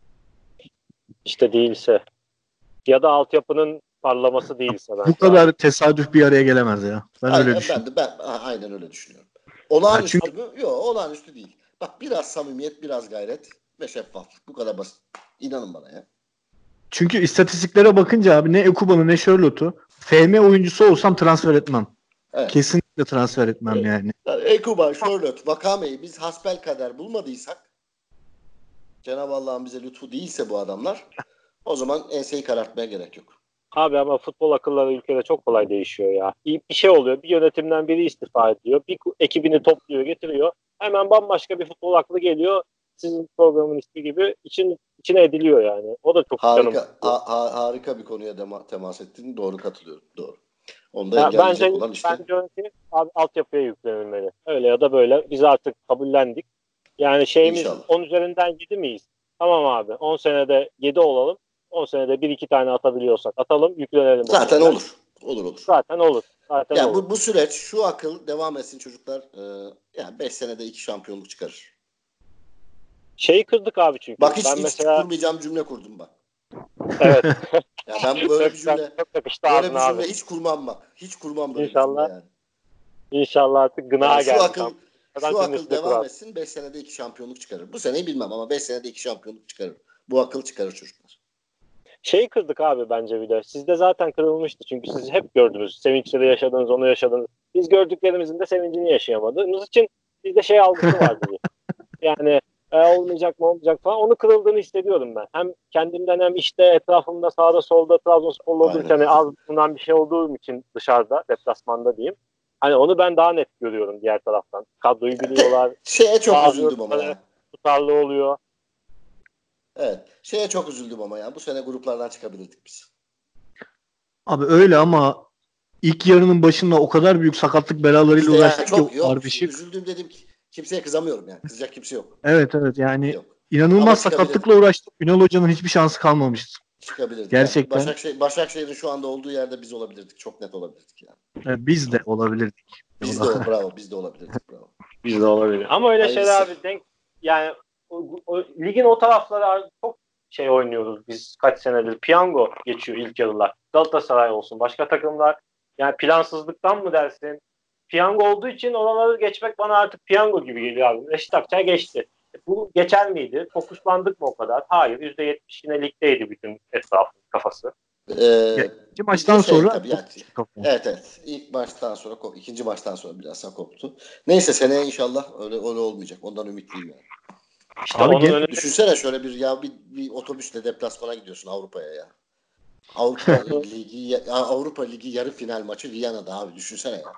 S3: İşte değilse. Ya da altyapının parlaması değilse
S1: Bu
S3: bence
S1: kadar
S3: abi.
S1: tesadüf bir araya gelemez ya. Ben öyle
S2: Aynen, ben
S1: düşünüyorum.
S2: de ben a- aynen öyle düşünüyorum.
S1: Ha, çünkü
S2: Olağanüstü mü? Yok, olağanüstü değil. Bak, biraz samimiyet, biraz gayret ve şeffaflık. Bu kadar basit. İnanın bana ya.
S1: çünkü istatistiklere bakınca abi ne Ekuban'ı ne Charlotte'u F M oyuncusu olsam transfer etmem.
S2: Evet.
S1: Kesinlikle transfer etmem yani.
S2: Yani Ekuban, Charlotte, Wakame'yi biz hasbelkader bulmadıysak, Cenab-ı Allah'ın bize lütfu değilse bu adamlar, o zaman enseyi karartmaya gerek yok.
S3: Abi ama futbol akılları ülkede çok kolay değişiyor ya. Bir bir şey oluyor. Bir yönetimden biri istifa ediyor. Bir ku- ekibini topluyor, getiriyor. Hemen bambaşka bir futbol aklı geliyor. Sizin programın ismi gibi için, içine ediliyor yani. O da çok canım
S2: Harika
S3: sıkıyor.
S2: ha- ha- harika bir konuya dema- temas ettin. Doğru, katılıyorum. Doğru. Onu da
S3: Ya
S2: engelleyecek
S3: bence
S2: olan işte.
S3: bence önce abi altyapıya yüklenilmeli. Öyle ya da böyle biz artık kabullendik. Yani şeyimiz
S2: İnşallah.
S3: on üzerinden yedi miyiz? Tamam abi. on senede yedi olalım. on senede bir iki tane atabiliyorsak atalım, yüklenelim o
S2: Zaten
S3: şeyler.
S2: olur. Olur olur.
S3: Zaten olur. Zaten
S2: Yani
S3: olur.
S2: bu, bu süreç, şu akıl devam etsin çocuklar. Ee, yani beş senede iki şampiyonluk çıkarır.
S3: Şeyi kırdık abi çünkü.
S2: Bak, hiç
S3: Ben
S2: hiç
S3: mesela
S2: kurmayacağım cümle kurdum bak.
S3: evet.
S2: Ya ben böyle
S3: çok
S2: bir
S3: güzel.
S2: cümle
S3: Çok yakıştı
S2: böyle bir
S3: ağzına abi.
S2: cümle hiç kurmam bak. Hiç kurmam böyle bir cümle
S3: İnşallah.
S2: yani.
S3: İnşallah artık
S2: Yani
S3: gına
S2: şu
S3: geldi.
S2: akıl
S3: Şampiyonlardan
S2: şu akıl
S3: cümlesini
S2: devam
S3: kurar.
S2: etsin. Beş senede iki şampiyonluk çıkarır. Bu seneyi bilmem ama beş senede iki şampiyonluk çıkarır. Bu akıl çıkarır çocuklar.
S3: Şeyi kırdık abi bence bir de. Sizde zaten kırılmıştı. Çünkü siz hep gördünüz. Sevinçleri yaşadınız, onu yaşadınız. Biz gördüklerimizin de sevincini yaşayamadığımız için bizde şey algısı vardı bir. Yani e, olmayacak mı olmayacak falan. Onu kırıldığını hissediyorum ben. Hem kendimden hem işte etrafımda sağda solda Trabzonsporlu olduğu için
S2: Aynen.
S3: hani az bundan bir şey olduğum için dışarıda, deplasmanda diyeyim. Hani onu ben daha net görüyorum diğer taraftan. Kadroyu biliyorlar.
S2: Şeye çok
S3: Bazı
S2: üzüldüm ama
S3: yorumları
S2: ya.
S3: tutarlı oluyor.
S2: Evet. Şeye çok üzüldüm ama ya. Bu sene gruplardan çıkabilirdik biz.
S1: Abi öyle ama ilk yarının başında o kadar büyük sakatlık belalarıyla
S2: İşte yani
S1: uğraştık ki
S2: çok yok.
S1: Ardışık.
S2: Üzüldüm dedim ki kimseye kızamıyorum yani. Kızacak kimse yok.
S1: Evet evet yani
S2: Yok. Ama
S1: inanılmaz
S2: çıkabilirdik.
S1: sakatlıkla uğraştık. Ünal Hoca'nın hiçbir şansı kalmamıştı.
S2: Çıkabilirdik. Yani
S1: Gerçekten
S2: Başakşehir, Başakşehir'in şu anda olduğu yerde biz olabilirdik. Çok net olabilirdik yani.
S1: e, biz de olabilirdik. O
S2: Biz de
S1: da.
S2: o, bravo, biz de olabilirdik. Bravo.
S3: Bizde olabilir. Ama öyle şeyler
S2: Hayırlısı.
S3: abi denk yani o, o, ligin o tarafları abi çok şey oynuyoruz biz kaç senedir. Piyango geçiyor ilk yarılar. Galatasaray olsun başka takımlar yani plansızlıktan mı dersin? Piyango olduğu için oraları geçmek bana artık piyango gibi geliyor abi. Beşiktaş'a geçti. E, bu geçer miydi? Fokuslandık mı o kadar? Hayır. yüzde yetmiş yine ligdeydi bütün etrafın kafası.
S2: Ee,
S1: İkinci
S2: bir de
S1: maçtan
S2: şey
S1: sonra
S2: tabii yani.
S1: kafa.
S2: Evet evet. İlk maçtan sonra kop, ikinci maçtan sonra biraz daha koptu. Neyse, seneye inşallah öyle öyle olmayacak. Ondan ümitliyim yani.
S3: İşte
S1: Abi
S3: onun
S1: gene
S3: önüne
S2: Düşünsene şöyle bir ya bir, bir otobüsle deplasmana gidiyorsun Avrupa'ya ya. Avrupa Ligi Avrupa Ligi yarı final maçı Viyana'da abi, düşünsene ya.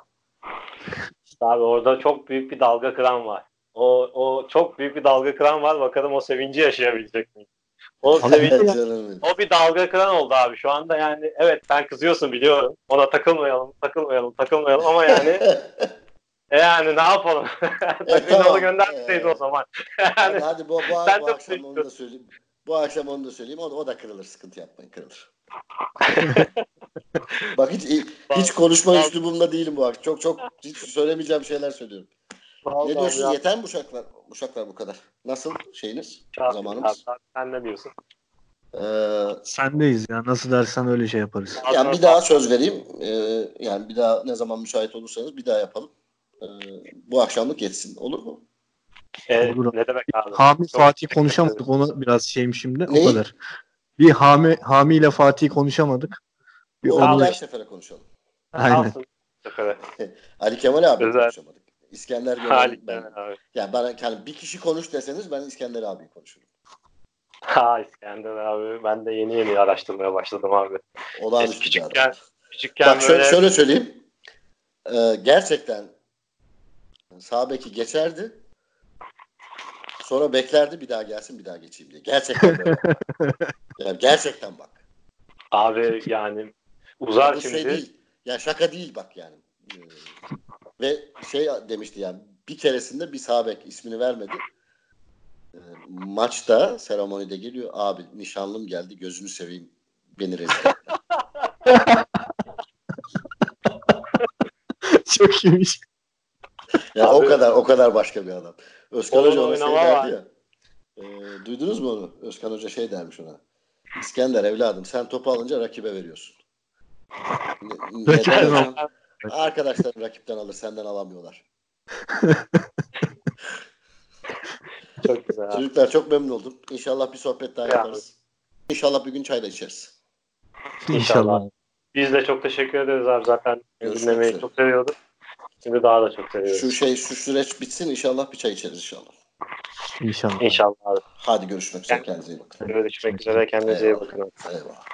S3: İşte abi orada çok büyük bir dalga kıran var. O, o çok büyük bir dalga kıran var. Bakalım o sevinci yaşayabilecek miyim? O
S1: Abi bir
S3: sevinç,
S1: de ya-
S2: Canım benim.
S3: o bir dalga kıran oldu abi. Şu anda yani evet sen kızıyorsun biliyorum. Ona takılmayalım, takılmayalım, takılmayalım ama yani e yani ne yapalım?
S2: E
S3: Takımını onu
S2: tamam.
S3: göndermeseydin o
S2: E,
S3: zaman.
S2: hadi
S3: Yani
S2: hadi bu, bu,
S3: sen
S2: bu
S3: de mi
S2: akşam onu da
S3: düşünüyorsun?
S2: söyleyeyim. Bu akşam onu da söyleyeyim. O, o da kırılır. Sıkıntı yapmayın, kırılır. Bak, hiç hiç konuşma
S3: Vallahi,
S2: üslubumda değilim bu akşam. Çok çok hiç söylemeyeceğim şeyler söylüyorum. Ne
S3: vallahi
S2: diyorsunuz?
S3: ya.
S2: Yeter mi uşaklar? Uşaklar bu kadar. Nasıl şeyiniz?
S3: Abi, abi,
S2: Zamanımız?
S3: sen ne diyorsun?
S2: Ee,
S1: sendeyiz ya. Nasıl dersen öyle şey yaparız.
S2: yani
S3: Ağzına
S2: bir daha
S3: sağlık.
S2: söz vereyim. Ee, yani bir daha ne zaman müsait olursanız bir daha yapalım. Ee, bu akşamlık yetsin. Olur mu?
S3: E,
S1: Olur.
S3: ne demek abi?
S1: Hami
S3: Çok
S1: Fatih
S3: teşekkür ederim.
S1: konuşamadık. Ona biraz şeyim şimdi. O
S2: Neyi?
S1: kadar. Bir Hami, Hami ile Fatih konuşamadık. Bir
S2: Bu onu bir
S1: onu
S2: dahaki sefere konuşalım.
S1: aynen.
S3: Kalsın. Bu sefer.
S2: Ali Kemal abi
S3: Özel.
S2: konuşamadık. İskender Gönen'i
S3: Halik
S2: ben
S3: yani abi.
S2: yani ben yani bir kişi konuş deseniz ben İskender abi konuşurum.
S3: Ha İskender abi. Ben de yeni yeni araştırmaya başladım abi.
S2: Olağanüstü bir
S3: Küçükken,
S2: adam.
S3: küçükken
S2: Bak şöyle,
S3: böyle
S2: şöyle söyleyeyim. Ee, gerçekten sağ beki geçerdi. Sonra beklerdi bir daha gelsin bir daha geçeyim diye. Gerçekten böyle. Yani gerçekten bak.
S3: abi yani uzar
S2: Bu şey
S3: şimdi.
S2: değil. Ya şaka değil bak yani. Ee, ve şey demişti yani bir keresinde bir sağ bek ismini vermedi. Ee, maçta seremonide geliyor. Abi nişanlım geldi gözünü seveyim beni rezil etme.
S1: Çok iyiymiş.
S2: Yani
S3: Abi,
S2: o kadar o kadar başka bir adam. Özkan
S3: Polo
S2: Hoca ona şey
S3: oynama
S2: derdi
S3: var.
S2: ya. E, duydunuz mu onu? Özkan Hoca şey dermiş ona. İskender evladım sen topu alınca rakibe veriyorsun. Ne- neden
S1: Rakipten
S2: hocam?
S1: al.
S2: Arkadaşlar rakipten alır senden alamıyorlar.
S3: Çok güzel abi.
S2: Çocuklar çok memnun oldum. İnşallah bir sohbet daha
S3: Ya,
S2: yaparız. İnşallah bir gün çay da içeriz.
S3: İnşallah.
S1: İnşallah.
S3: Biz de çok teşekkür ederiz abi. Zaten
S2: Görüşmek
S3: dinlemeyi
S2: üzere.
S3: çok seviyorduk. Şimdi daha da çok seviyoruz.
S2: Şu şey şu süreç bitsin inşallah bir çay içeriz inşallah.
S1: İnşallah.
S3: İnşallah abi.
S2: Hadi görüşmek üzere kendinize iyi bakın.
S3: Görüşmek üzere. Kendinize iyi
S2: Eyvallah.
S3: bakın.
S2: Eyvallah.